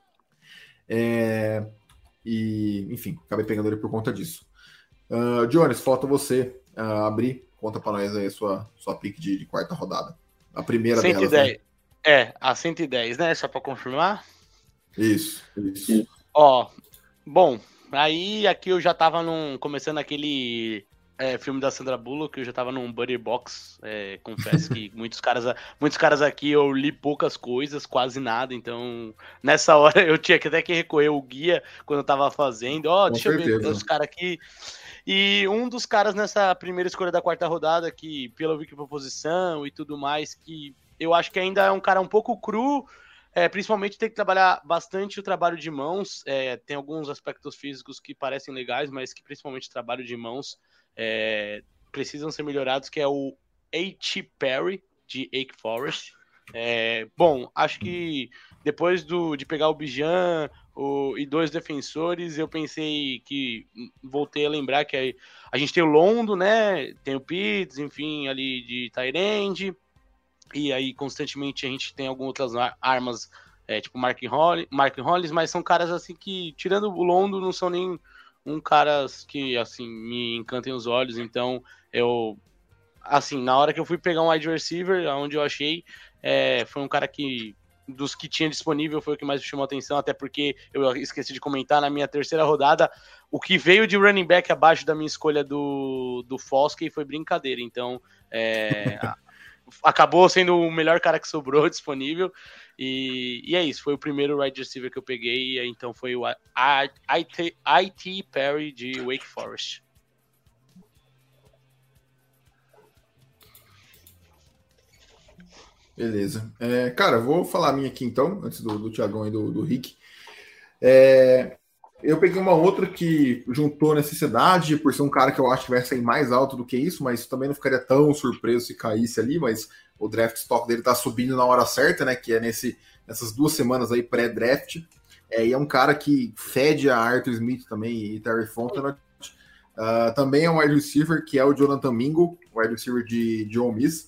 E, enfim, acabei pegando ele por conta disso. Jones, falta você abrir. Conta para nós aí a sua pick de quarta rodada. A primeira 110. delas, né? A 110, né? Só para confirmar. Isso. Ó, bom, aí aqui eu já tava começando aquele filme da Sandra Bullock, eu já tava num Buddy Box. Confesso que muitos caras aqui eu li poucas coisas, quase nada, então nessa hora eu tinha que até que recorrer o guia quando eu tava fazendo. Deixa eu ver os caras aqui. E um dos caras nessa primeira escolha da quarta rodada, que pela proposição e tudo mais, que eu acho que ainda é um cara um pouco cru, principalmente tem que trabalhar bastante o trabalho de mãos, tem alguns aspectos físicos que parecem legais, mas que principalmente o trabalho de mãos precisam ser melhorados, que é o A.T. Perry, de Wake Forest. Bom, acho que depois de pegar o Bijan e 2 defensores, eu pensei que voltei a lembrar que a gente tem o Londo, né? Tem o Pitts, enfim, ali de tight end, e aí constantemente a gente tem algumas outras armas, tipo Mark Hollis, mas são caras assim que, tirando o Londo, não são nem caras que assim me encantem os olhos. Então eu, assim, na hora que eu fui pegar um wide receiver, onde eu achei, foi um cara que, dos que tinha disponível, foi o que mais me chamou a atenção, até porque eu esqueci de comentar, na minha terceira rodada, o que veio de running back abaixo da minha escolha do Foskey foi brincadeira. Então acabou sendo o melhor cara que sobrou disponível, e é isso, foi o primeiro wide receiver que eu peguei, e então foi o A.T. Perry de Wake Forest. Beleza. Cara, vou falar a minha aqui então, antes do Thiagão e do Rick. Eu peguei uma outra que juntou necessidade, por ser um cara que eu acho que vai sair mais alto do que isso, mas também não ficaria tão surpreso se caísse ali, mas o draft stock dele tá subindo na hora certa, né? Que é nessas 2 semanas aí pré-draft. E é um cara que fede a Arthur Smith também e Terry Fontenot. Também é um wide receiver, que é o Jonathan Mingo, wide receiver de Ole Miss.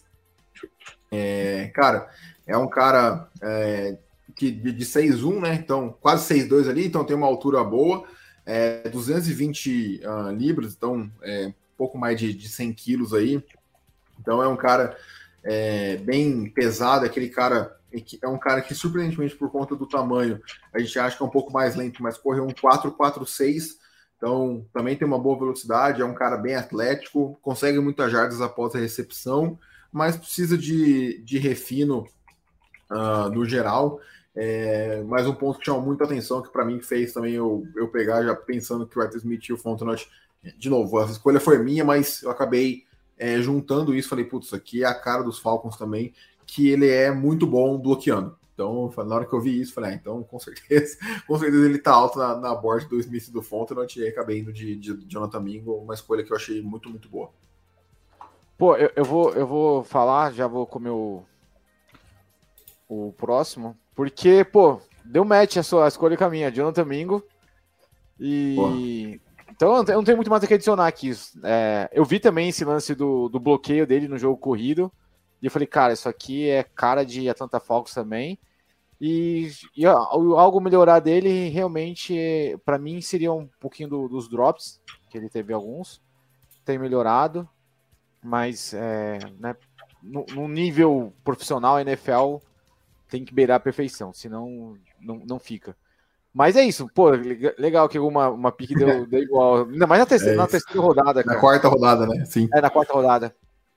Cara, é um cara que de 6'1", né? Então, quase 6'2" ali, então tem uma altura boa, 220 libras, então pouco mais de 100 quilos aí. Então é um cara bem pesado, aquele cara é um cara que, surpreendentemente, por conta do tamanho, a gente acha que é um pouco mais lento, mas correu um 4.46, então também tem uma boa velocidade, é um cara bem atlético, consegue muitas jardas após a recepção, mas precisa de refino no geral. Mas um ponto que chama muita atenção, que para mim fez também eu pegar, já pensando que o Arthur Smith e o Fontenot, de novo, a escolha foi minha, mas eu acabei juntando isso, falei, putz, isso aqui é a cara dos Falcons também, que ele é muito bom bloqueando. Então, na hora que eu vi isso, falei, então com certeza ele tá alto na board do Smith e do Fontenot, e aí acabei indo de Jonathan Mingo, uma escolha que eu achei muito, muito boa. Pô, eu vou falar, já vou comer o próximo, porque, pô, deu match a escolha com a minha, Jonathan Mingo, e... Então eu não tenho muito mais a que adicionar aqui. Eu vi também esse lance do bloqueio dele no jogo corrido, e eu falei, cara, isso aqui é cara de Atlanta Falcons também, e algo melhorar dele, realmente, para mim, seria um pouquinho dos drops, que ele teve alguns, tem melhorado, mas né, no nível profissional, NFL tem que beirar a perfeição, senão não fica. Mas é isso, pô, legal que uma pique deu igual, ainda mais na terceira rodada, cara. Na quarta rodada, né? Sim. Na quarta rodada.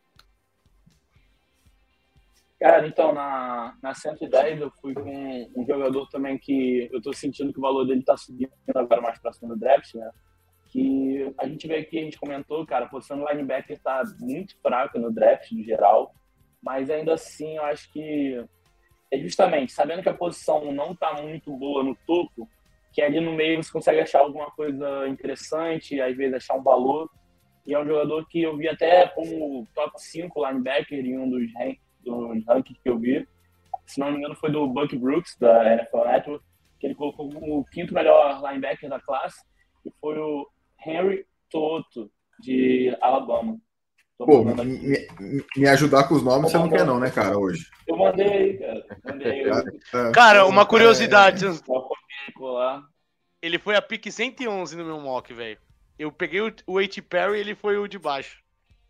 Cara, então, na 110 eu fui com um jogador também que eu tô sentindo que o valor dele tá subindo agora mais próximo do draft, né? Que a gente vê aqui, a gente comentou, cara, a posição do linebacker tá muito fraca no draft, no geral, mas ainda assim eu acho que justamente, sabendo que a posição não tá muito boa no topo, que ali no meio você consegue achar alguma coisa interessante, às vezes achar um valor, e é um jogador que eu vi até como top 5 linebacker em um dos rankings que eu vi, se não me engano foi do Buck Brooks, da NFL Network, que ele colocou como o 5º melhor linebacker da classe. que foi o Henry Toto, de Alabama. Pô, me ajudar com os nomes você não quer não, né, cara, hoje? Eu mandei aí, cara. Mandei aí. Cara, uma curiosidade. Lá. Ele foi a pick 111 no meu mock, velho. Eu peguei o A.T. Perry e ele foi o de baixo.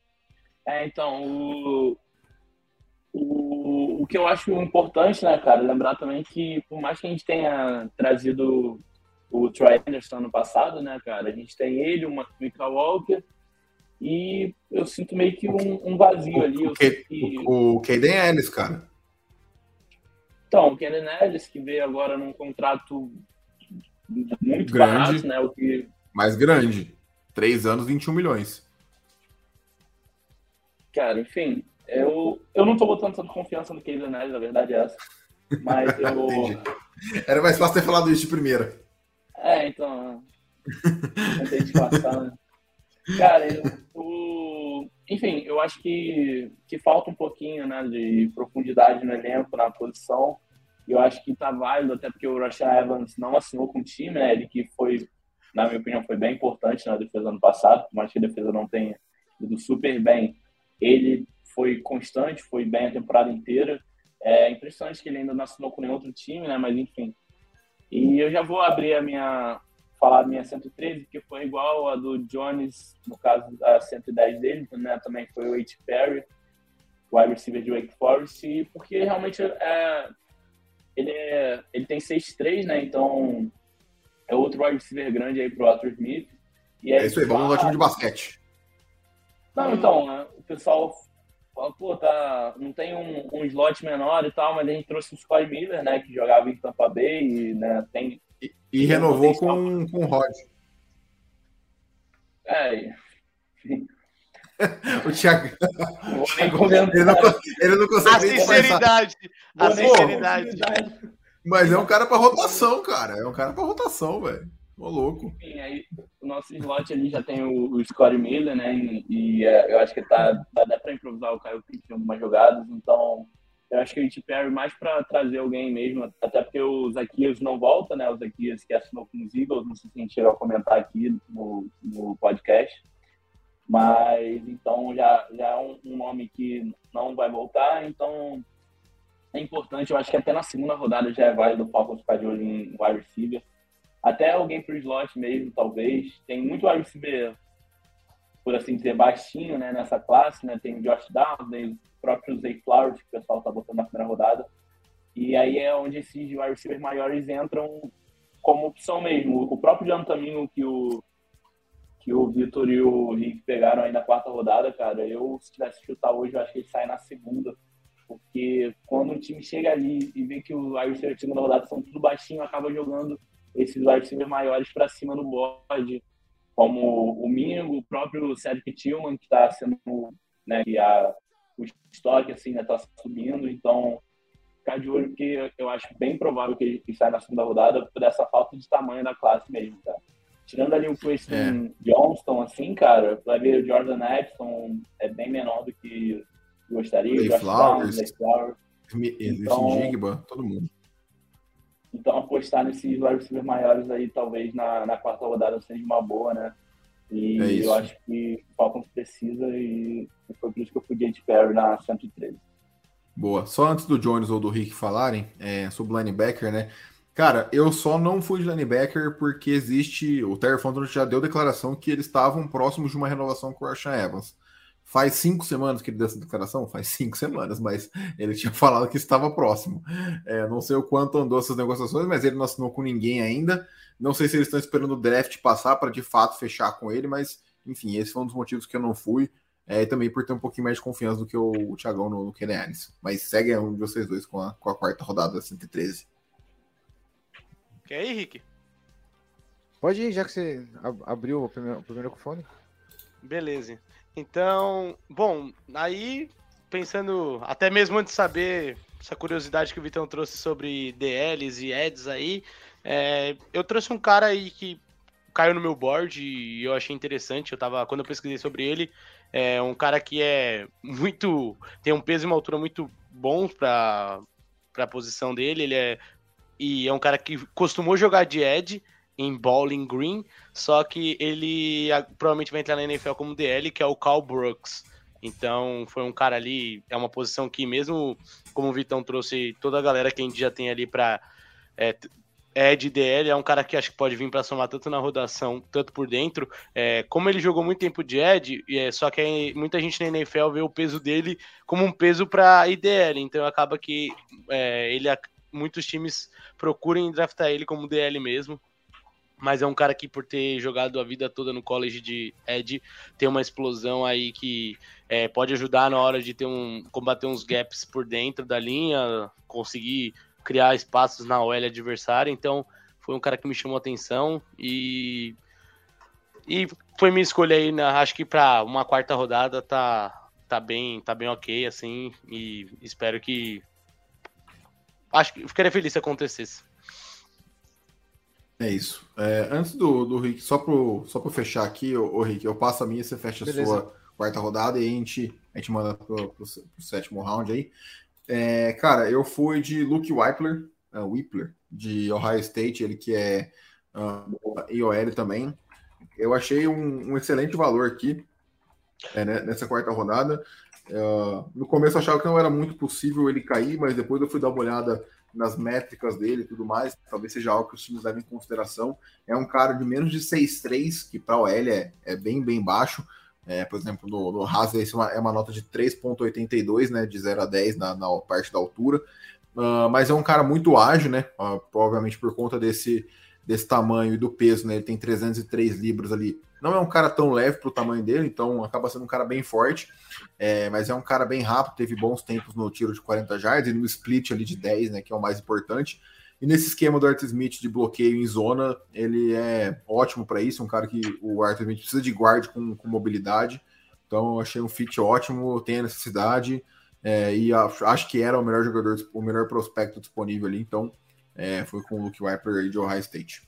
Então, o que eu acho importante, né, cara, lembrar também que por mais que a gente tenha trazido o Troy Anderson ano passado, né, cara, a gente tem ele, o Michael Walker, e eu sinto meio que um vazio ali. O Caden Ellis, cara. Então, o Caden Ellis, que veio agora num contrato muito grande, barato, né? Mais grande. 3 anos, 21 milhões. Cara, enfim, eu não tô botando tanta confiança no Caden Ellis, a verdade é essa. Mas eu... Era mais fácil ter falado isso de primeira. Então... Tentei disfarçar, né? Cara, enfim, eu acho que falta um pouquinho, né, de profundidade no elenco, na posição. Eu acho que tá válido, até porque o Rashaan Evans não assinou com o time, né? Ele que foi, na minha opinião, foi bem importante na defesa ano passado, por mais que a defesa não tenha ido super bem. Ele foi constante, foi bem a temporada inteira. É impressionante que ele ainda não assinou com nenhum outro time, né? Mas, enfim. E eu já vou abrir falar da minha 113, que foi igual a do Jones, no caso, a 110 dele, né? Também foi o A.T. Perry, o wide receiver de Wake Forest, porque realmente ele tem 6'3", né? Então é outro wide receiver grande aí pro Arthur Smith. E é isso aí, vamos no time de basquete. Não, então, o pessoal fala, pô, não tem um slot menor e tal, mas a gente trouxe o Scottie Miller, né? Que jogava em Tampa Bay e, né, tem... E renovou com o Rod. O Thiago. Ele não consegue. A sinceridade. A sinceridade. Mas é um cara pra rotação, cara. É um cara pra rotação, velho. Ô, louco. Enfim, aí o nosso slot ali já tem o Scottie Miller, né? E eu acho que dá pra improvisar o Kyle Pitts em algumas jogadas. Então, eu acho que o A.T. Perry mais para trazer alguém mesmo, até porque o Zacchaeus não volta, né? O Zacchaeus que assinou com os Eagles, não sei se a gente chegou a comentar aqui no podcast, mas então já é um nome que não vai voltar, então é importante, eu acho que até na segunda rodada já é válido o Falcons ficar de olho em wide receiver, até alguém pro slot mesmo, talvez. Tem muito wide receiver, por assim dizer, baixinho, né, nessa classe, né? Tem o Josh Downs, tem o próprio Zay Flowers, que o pessoal tá botando na primeira rodada. E aí é onde esses wide receivers maiores entram como opção mesmo. O próprio Jonathan Mingo que o Vitor e o Rick pegaram aí na quarta rodada, cara, se tivesse que chutar hoje, eu acho que ele sai na segunda. Porque quando o time chega ali e vê que os wide receivers de segunda rodada são tudo baixinho, acaba jogando esses wide receivers maiores para cima do board, como o Mingo, o próprio Cedric Tillman, que está sendo, né, que o estoque assim, né, tá subindo, então ficar de olho, porque eu acho bem provável que ele saia na segunda rodada por essa falta de tamanho da classe mesmo, cara. Tirando ali o Preston Johnston, assim, cara, vai ver o Jordan Edson é bem menor do que gostaria. Zay Flowers, Jigba, todo mundo. Então apostar nesses wide receivers maiores aí, talvez na quarta rodada seja uma boa, né? E eu acho que o Falcons precisa e foi por isso que eu fui de A.T. Perry na 113. Boa. Só antes do Jones ou do Rick falarem sobre o linebacker, né? Cara, eu só não fui de linebacker porque o Terry Fontenot já deu declaração que eles estavam próximos de uma renovação com o Rashaan Evans. Faz 5 semanas que ele deu essa declaração? Faz 5 semanas, mas ele tinha falado que estava próximo. Não sei o quanto andou essas negociações, mas ele não assinou com ninguém ainda. Não sei se eles estão esperando o draft passar para de fato fechar com ele, mas enfim, esse foi um dos motivos que eu não fui. E também por ter um pouquinho mais de confiança do que o Thiagão no Caden Ellis. Mas segue um de vocês dois com a quarta rodada da 113. Quer ir, Rick? Pode ir, já que você abriu o primeiro microfone. Beleza. Então, bom, aí pensando, até mesmo antes de saber essa curiosidade que o Vitão trouxe sobre DLs e Eds aí, eu trouxe um cara aí que caiu no meu board e eu achei interessante. Quando eu pesquisei sobre ele, um cara que tem um peso e uma altura muito bons para a posição dele. E é um cara que costumou jogar de Ed em Bowling Green, só que ele provavelmente vai entrar na NFL como DL, que é o Cal Brooks. Então foi um cara ali, é uma posição que mesmo como o Vitão trouxe toda a galera que a gente já tem ali para de DL, é um cara que acho que pode vir para somar tanto na rotação, tanto por dentro. Como ele jogou muito tempo de Ed, só que muita gente na NFL vê o peso dele como um peso para IDL, então acaba que muitos times procuram draftar ele como DL mesmo. Mas é um cara que, por ter jogado a vida toda no college de Ed, tem uma explosão aí que pode ajudar na hora de combater uns gaps por dentro da linha, conseguir criar espaços na OL adversária. Então, foi um cara que me chamou a atenção e foi minha escolha aí, acho que para uma quarta rodada tá bem ok, assim, e espero que... Acho que ficaria feliz se acontecesse. É isso. Antes do Rick, só para fechar aqui, o Rick, eu passo a minha, você fecha a sua quarta rodada e a gente manda pro sétimo round aí. Cara, eu fui de Luke Wypler, de Ohio State, ele que é IOL também. Eu achei um excelente valor aqui nessa quarta rodada. No começo eu achava que não era muito possível ele cair, mas depois eu fui dar uma olhada nas métricas dele e tudo mais, talvez seja algo que os times levem em consideração. É um cara de menos de 6'3", que para o OL é bem, bem baixo. Por exemplo, no Haas isso é uma nota de 3.82, né, de 0 a 10 na parte da altura. Mas é um cara muito ágil, né, provavelmente por conta desse tamanho e do peso, né, ele tem 303 libras ali. Não é um cara tão leve para o tamanho dele, então acaba sendo um cara bem forte, mas é um cara bem rápido, teve bons tempos no tiro de 40 jardas e no split ali de 10, né, que é o mais importante. E nesse esquema do Arthur Smith de bloqueio em zona, ele é ótimo para isso, um cara que o Arthur Smith precisa de guard com mobilidade, então eu achei um fit ótimo, tem a necessidade, e acho que era o melhor jogador, o melhor prospecto disponível ali, então foi com o Luke Wypler de Ohio State.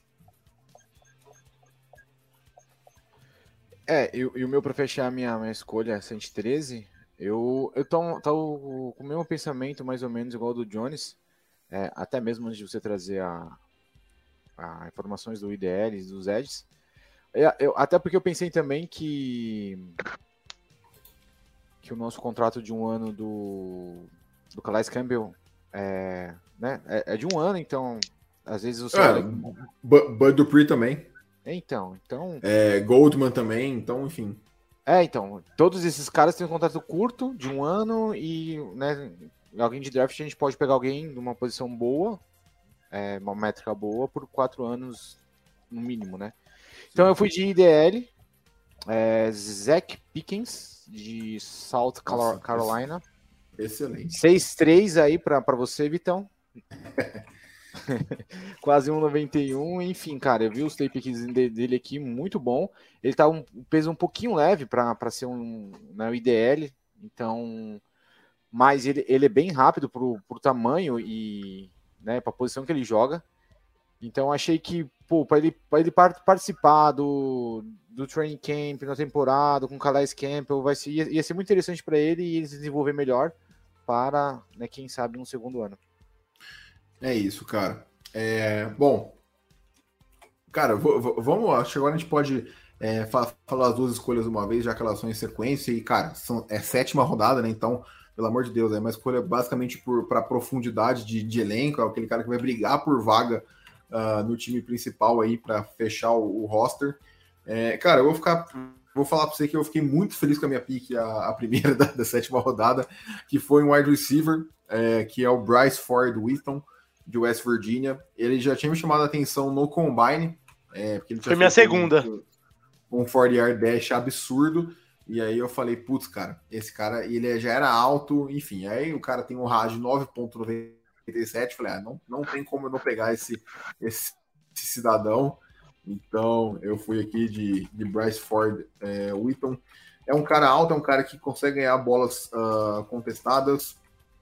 E o meu para fechar a minha escolha 113, eu tô com o mesmo pensamento mais ou menos igual ao do Jones, até mesmo antes de você trazer a informações do IDL e dos Edges. Até porque eu pensei também que o nosso contrato de um ano do Calais Campbell é de um ano, então às vezes o salário... Bud Dupree também. Então... Goldman também, então, enfim. Então, todos esses caras têm um contrato curto, de um ano, e, né, alguém de draft a gente pode pegar alguém numa posição boa, uma métrica boa, por 4 anos no mínimo, né? Então eu fui de IDL, Zach Pickens, de South Carolina. Excelente. 6'3" aí pra você, Vitão. Quase 1,91, enfim, cara, eu vi os tape dele aqui, muito bom. Ele tá um peso um pouquinho leve para ser um IDL, então, mas ele é bem rápido pro tamanho e, né, pra posição que ele joga. Então achei que, para ele participar do training camp na temporada com o Calais Campbell, ia ser muito interessante para ele e ele se desenvolver melhor para, né, quem sabe, um segundo ano. É isso, cara. Bom, cara, vamos lá. Acho que agora a gente pode falar as duas escolhas de uma vez, já que elas são em sequência. E, cara, é 7ª rodada, né? Então, pelo amor de Deus, é uma escolha basicamente para profundidade de elenco. É aquele cara que vai brigar por vaga no time principal aí para fechar o roster. Cara, vou falar para você que eu fiquei muito feliz com a minha pick, a primeira da 7ª rodada, que foi um wide receiver, que é o Bryce Ford Wheaton, de West Virginia. Ele já tinha me chamado a atenção no Combine, porque ele foi minha segunda. Um 40-yard dash absurdo, e aí eu falei, putz, cara, esse cara, ele já era alto, enfim, aí o cara tem um RAS de 9.97, falei, não tem como eu não pegar esse cidadão, então eu fui aqui de Bryce Ford Wheaton. É um cara alto, é um cara que consegue ganhar bolas contestadas,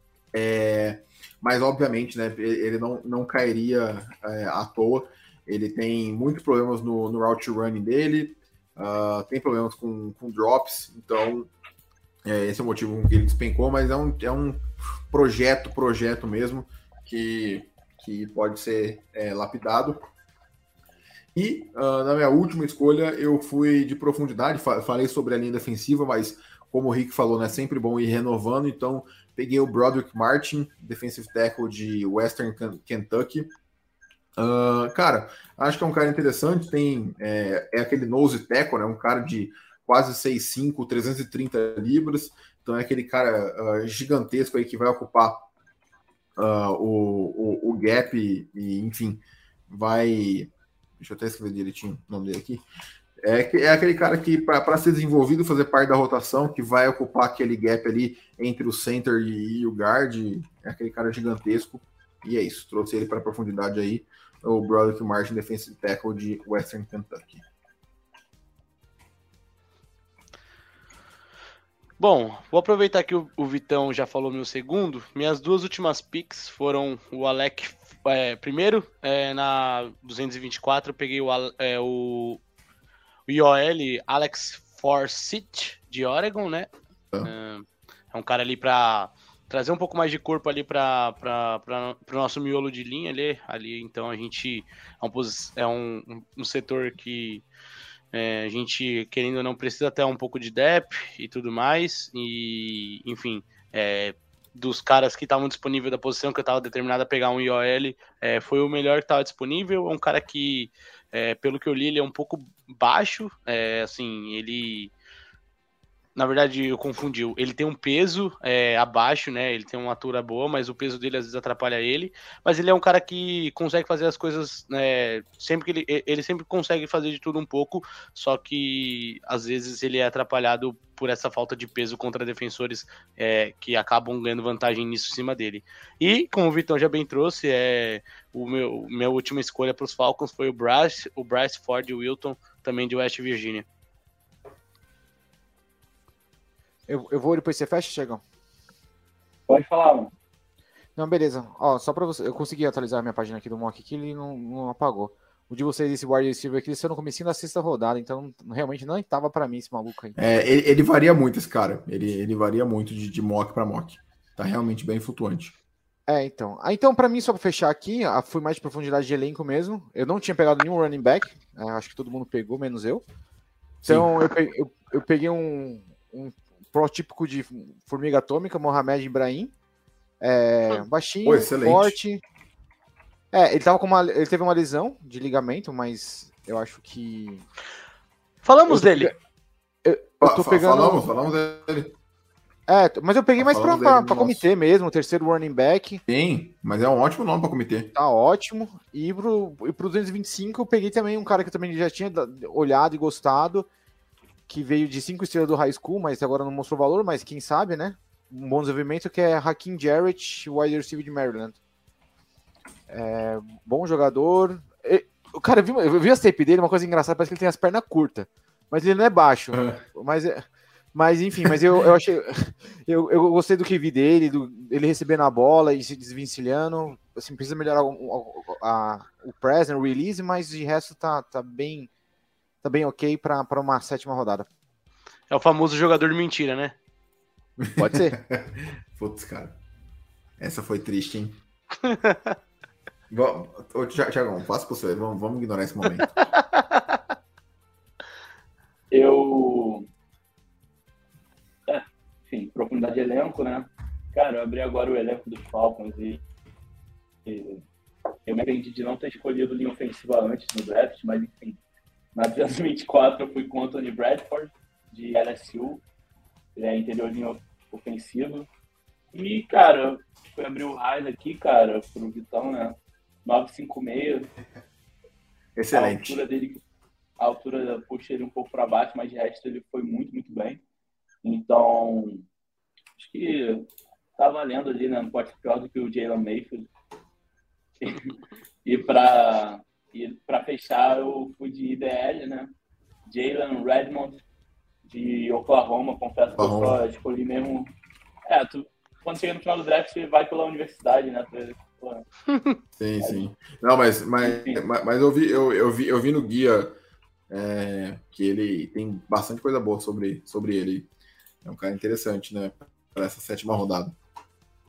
mas obviamente, né, ele não cairia à toa. Ele tem muitos problemas no route running dele, tem problemas com drops, então esse é o motivo com que ele despencou, mas é um projeto mesmo que pode ser lapidado. E na minha última escolha eu fui de profundidade, falei sobre a linha defensiva, mas como o Rick falou, né, sempre bom ir renovando, então peguei o Broderick Martin, defensive tackle de Western Kentucky. Cara, acho que é um cara interessante, é aquele nose tackle, né, um cara de quase 6'5", 330 libras, então é aquele cara gigantesco aí que vai ocupar o gap e, enfim, vai... Deixa eu até escrever direitinho o nome dele aqui. É aquele cara que, para ser desenvolvido, fazer parte da rotação, que vai ocupar aquele gap ali entre o center e o guard. É aquele cara gigantesco. E é isso. Trouxe ele para a profundidade aí. O Broderick Martin, defensive tackle de Western Kentucky. Bom, vou aproveitar que o Vitão já falou meu segundo. Minhas duas últimas picks foram o Alec. Primeiro, na 224, eu peguei o IOL Alex Forsythe, de Oregon, né? É um cara ali para trazer um pouco mais de corpo ali para o nosso miolo de linha ali. Então a gente é um setor que a gente, querendo ou não, precisa até um pouco de depth e tudo mais. E, enfim, dos caras que estavam disponíveis da posição, que eu estava determinado a pegar um IOL, foi o melhor que estava disponível. É um cara que, pelo que eu li, ele é um pouco baixo. Assim, ele... Na verdade, eu confundi. Ele tem um peso abaixo, né? Ele tem uma altura boa, mas o peso dele às vezes atrapalha ele. Mas ele é um cara que consegue fazer as coisas sempre que ele sempre consegue fazer de tudo um pouco, só que às vezes ele é atrapalhado por essa falta de peso contra defensores que acabam ganhando vantagem nisso em cima dele. E, como o Vitão já bem trouxe, minha última escolha para os Falcons foi o Bryce Ford Wilton, também de West Virginia. Eu vou depois você fecha, Chegão? Pode falar, mano. Não, beleza. Ó, só pra você, eu consegui atualizar a minha página aqui do mock aqui, ele não apagou. O de vocês, esse wide receiver aqui, ele saiu no comecinho da sexta rodada, então realmente não estava pra mim esse maluco aí. Ele varia muito, esse cara. Ele varia muito de mock para mock. Tá realmente bem flutuante. Então. Então, pra mim, só pra fechar aqui, fui mais de profundidade de elenco mesmo. Eu não tinha pegado nenhum running back. Acho que todo mundo pegou, menos eu. Então, eu peguei um protípico de formiga atômica, Mohamed Ibrahim. Baixinho, forte. Ele teve uma lesão de ligamento, mas eu acho que... Falamos dele. Eu tô pegando... Falamos dele. Mas eu peguei mais pra comitê mesmo, o terceiro running back. Sim, mas é um ótimo nome pra comitê. Tá ótimo. E pro 225 eu peguei também um cara que eu também já tinha olhado e gostado, que veio de 5 estrelas do high school, mas agora não mostrou valor, mas quem sabe, né? Um bom desenvolvimento, que é Hakeem Jarrett, wide receiver de Maryland. Bom jogador. Cara, eu vi a tape dele, uma coisa engraçada, parece que ele tem as pernas curtas, mas ele não é baixo. Mas enfim, eu achei. Eu gostei do que vi dele, ele recebendo a bola e se desvencilhando. Assim, precisa melhorar o press, o release, mas de resto tá bem ok para uma sétima rodada. É o famoso jogador de mentira, né? Pode ser. Putz, cara. Essa foi triste, hein? Tiagão, passa pro seu. Vamos ignorar esse momento. Enfim, profundidade de elenco, né? Cara, eu abri agora o elenco dos Falcons e eu me arrependi de não ter escolhido linha ofensiva antes no draft, mas enfim. Na 224 eu fui com o Anthony Bradford, de LSU. Ele é interior linha ofensiva. E, cara, fui abrir o raio aqui, cara, pro Vitão, né? 9,56. Excelente. A altura puxa ele um pouco para baixo, mas de resto ele foi muito, muito bem. Então, acho que tá valendo ali, né? Não pode ser pior do que o Jalen Mayfield. E para fechar, eu fui de IDL, né? Jalen Redmond, de Oklahoma. Confesso que eu só escolhi mesmo... quando chega no final do draft, você vai pela universidade, né? Sim. Não, mas eu vi no guia que ele tem bastante coisa boa sobre ele. É um cara interessante, né? Para essa sétima rodada.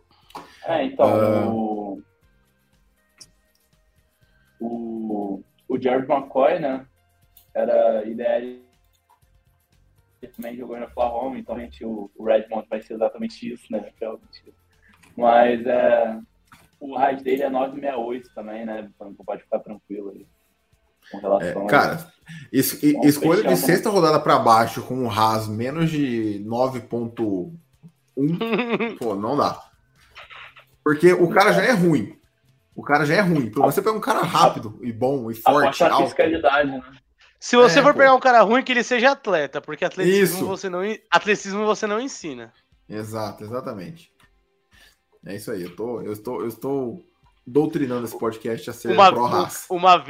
Então, o o Jared McCoy, né? Era ideal. Ele também jogou na Oklahoma, então o Redmond vai ser exatamente isso, né? Mas o RAS dele é 968 também, né? Então pode ficar tranquilo aí. Com relação cara, escolha de sexta rodada para baixo com um RAS menos de 9.1, pô, não dá. Porque o cara já é ruim. Para você pegar um cara rápido e bom e forte, alto. Fiscalidade, né? Se você for pegar um cara ruim, que ele seja atleta, porque atletismo você não ensina. Exatamente. É isso aí. Eu estou doutrinando esse podcast a ser pró-raça.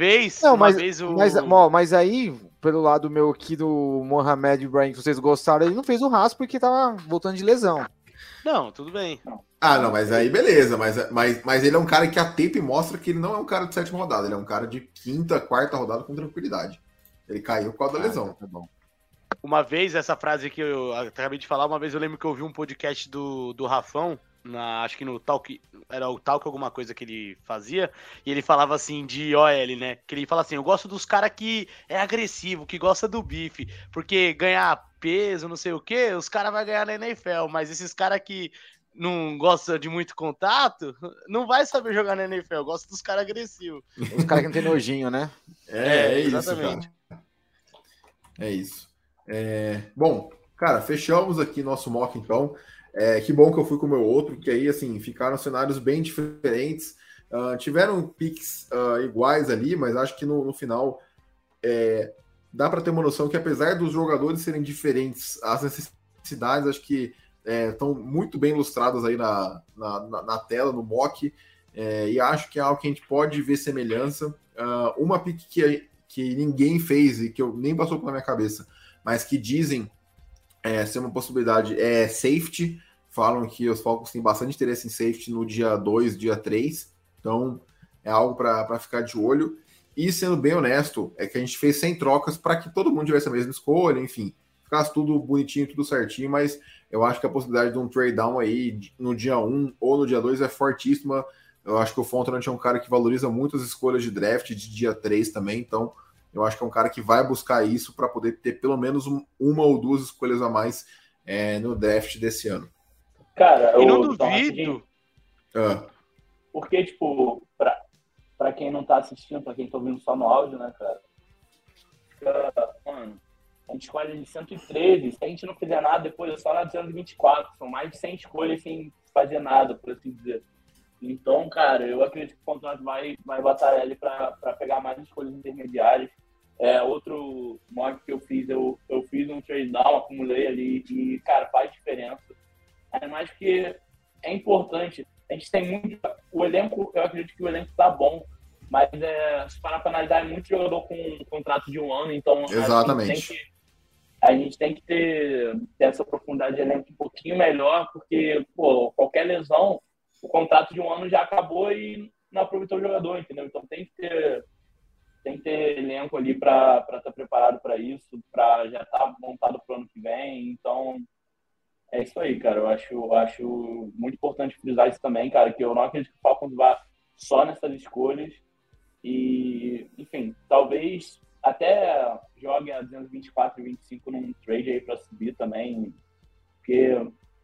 Mas aí, pelo lado meu aqui do Mohamed Ibrahim, que vocês gostaram, ele não fez o raça porque tava voltando de lesão. Não, tudo bem. Não, mas aí beleza. Mas ele é um cara que a tape mostra que ele não é um cara de 7ª rodada. Ele é um cara de 5ª, 4ª rodada com tranquilidade. Ele caiu por causa da lesão. Tá bom. Uma vez, essa frase que eu acabei de falar, uma vez eu lembro que eu ouvi um podcast do Rafão, acho que no Talk, era o Talk alguma coisa que ele fazia, e ele falava assim de OL, né? Que ele fala assim, eu gosto dos caras que é agressivo, que gosta do bife, porque ganhar peso, não sei o que, os caras vão ganhar na NFL, mas esses caras que não gostam de muito contato, não vai saber jogar na NFL, eu gosto dos caras agressivos. Os caras que não tem nojinho, né? É isso, exatamente. Cara. É isso. Bom, cara, fechamos aqui nosso mock, então. Que bom que eu fui com o meu outro, que aí, assim, ficaram cenários bem diferentes. Tiveram picks iguais ali, mas acho que no final dá para ter uma noção que, apesar dos jogadores serem diferentes, as necessidades acho que estão muito bem ilustradas aí na tela, no mock, e acho que é algo que a gente pode ver semelhança. Uma pick que ninguém fez e que eu nem passou pela minha cabeça, mas que dizem ser uma possibilidade é safety. Falam que os Falcons têm bastante interesse em safety no dia 2, dia 3, então é algo para ficar de olho. E sendo bem honesto, é que a gente fez 100 trocas para que todo mundo tivesse a mesma escolha, enfim, ficasse tudo bonitinho, tudo certinho, mas eu acho que a possibilidade de um trade down aí no dia 1 ou no dia 2 é fortíssima. Eu acho que o Fontenot é um cara que valoriza muito as escolhas de draft de dia 3 também, então eu acho que é um cara que vai buscar isso para poder ter pelo menos uma ou duas escolhas a mais no draft desse ano. Cara, eu não duvido. Porque, tipo, pra quem não tá assistindo, pra quem tá ouvindo só no áudio, né, cara? Mano, a gente escolhe de 113, se a gente não fizer nada, depois é só na 224. São mais de 100 escolhas sem fazer nada, por assim dizer. Então, cara, eu acredito que o Fontenot vai batalhar ali pra pegar mais escolhas intermediárias. Outro mock que eu fiz fiz um trade down, acumulei ali e, cara, faz diferença. É mais que é importante. A gente tem muito... O elenco, eu acredito que o elenco tá bom, mas se parar pra analisar, é muito jogador com um contrato de 1 ano, então exatamente. A gente tem que ter essa profundidade de elenco um pouquinho melhor, porque, pô, qualquer lesão, o contrato de 1 ano já acabou e não aproveitou o jogador, entendeu? Então tem que ter elenco ali para estar preparado para isso, para já estar montado para o ano que vem. Então, é isso aí, cara. Eu acho muito importante frisar isso também, cara, que eu não acredito que o Falcons vá só nessas escolhas. E, enfim, talvez até jogue a 224 e 25 num trade aí para subir também, porque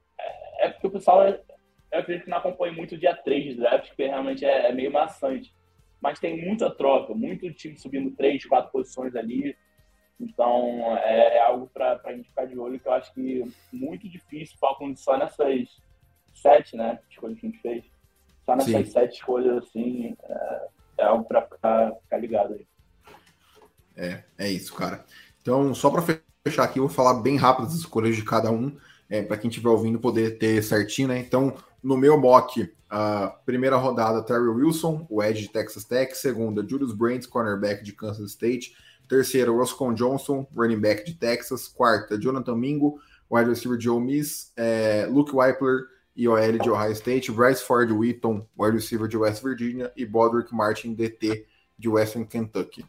o pessoal, eu acredito que não acompanha muito o dia 3 de draft, porque realmente é meio maçante. Mas tem muita troca, muito time subindo 3, 4 posições ali. Então, é algo para a gente ficar de olho, que eu acho que muito difícil, Falcons só nessas 7, né, escolhas que a gente fez. Só nessas Sim. 7 escolhas, assim, é algo para ficar ligado aí. É isso, cara. Então, só para fechar aqui, eu vou falar bem rápido das escolhas de cada um, para quem estiver ouvindo poder ter certinho, né? Então, no meu mock, a primeira rodada, Terry Wilson, o edge de Texas Tech. Segunda, Julius Brents, cornerback de Kansas State. Terceira, Roscoe Johnson, running back de Texas. Quarta, Jonathan Mingo, wide receiver de Ole Miss. Luke Wypler e OL de Ohio State. Bryce Ford Wheaton, wide receiver de West Virginia. E Broderick Martin, DT de Western Kentucky.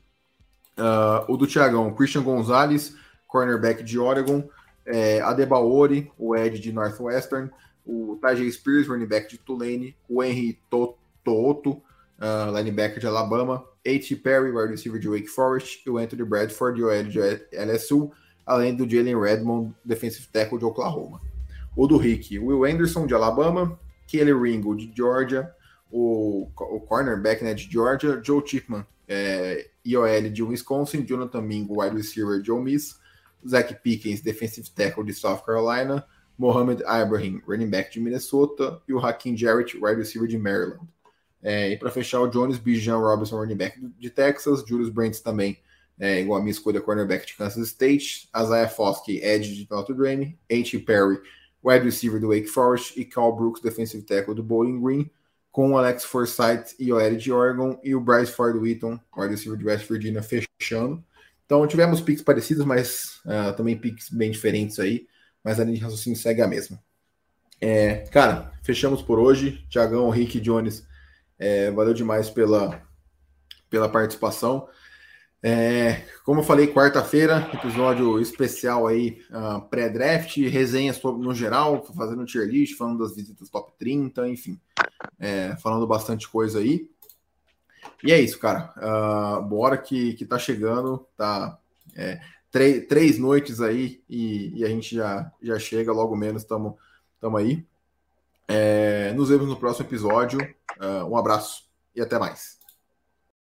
O do Thiagão, Christian Gonzalez, cornerback de Oregon. Adebaori, o edge de Northwestern. O Tajay Spears, running back de Tulane. O Henry Toto, linebacker de Alabama, A.T. Perry, wide receiver de Wake Forest, e o Anthony Bradford, OL de LSU, além do Jalen Redmond, defensive tackle de Oklahoma. O do Rick, Will Anderson, de Alabama, Kelly Ringo, de Georgia, o cornerback, né, de Georgia, Joe Chipman, IOL de Wisconsin, Jonathan Mingo, wide receiver de Ole Miss, Zach Pickens, defensive tackle de South Carolina, Mohamed Ibrahim, running back de Minnesota, e o Hakeem Jarrett, wide receiver de Maryland. E para fechar, o Jones Bijan Robinson, running back de Texas, Julius Brents também, igual a minha escolha, cornerback de Kansas State, Isaiah Foskey, edge de Notre Dame, A.T. Perry, wide receiver do Wake Forest, e Cal Brooks, defensive tackle do Bowling Green, com o Alex Forsythe, IOL de Oregon, e o Bryce Ford Wheaton, wide receiver de West Virginia, fechando. Então tivemos picks parecidos, mas também picks bem diferentes aí, mas a linha de raciocínio segue a mesma. Cara, fechamos por hoje. Thiagão, Rick, Jones, valeu demais pela participação. Como eu falei, quarta-feira, episódio especial aí, pré-draft, resenhas no geral, fazendo tier list, falando das visitas top 30, enfim, falando bastante coisa aí. E é isso, cara. Bora que tá chegando, tá? 3 noites aí e a gente já chega, logo menos estamos aí. Nos vemos no próximo episódio. Um abraço e até mais.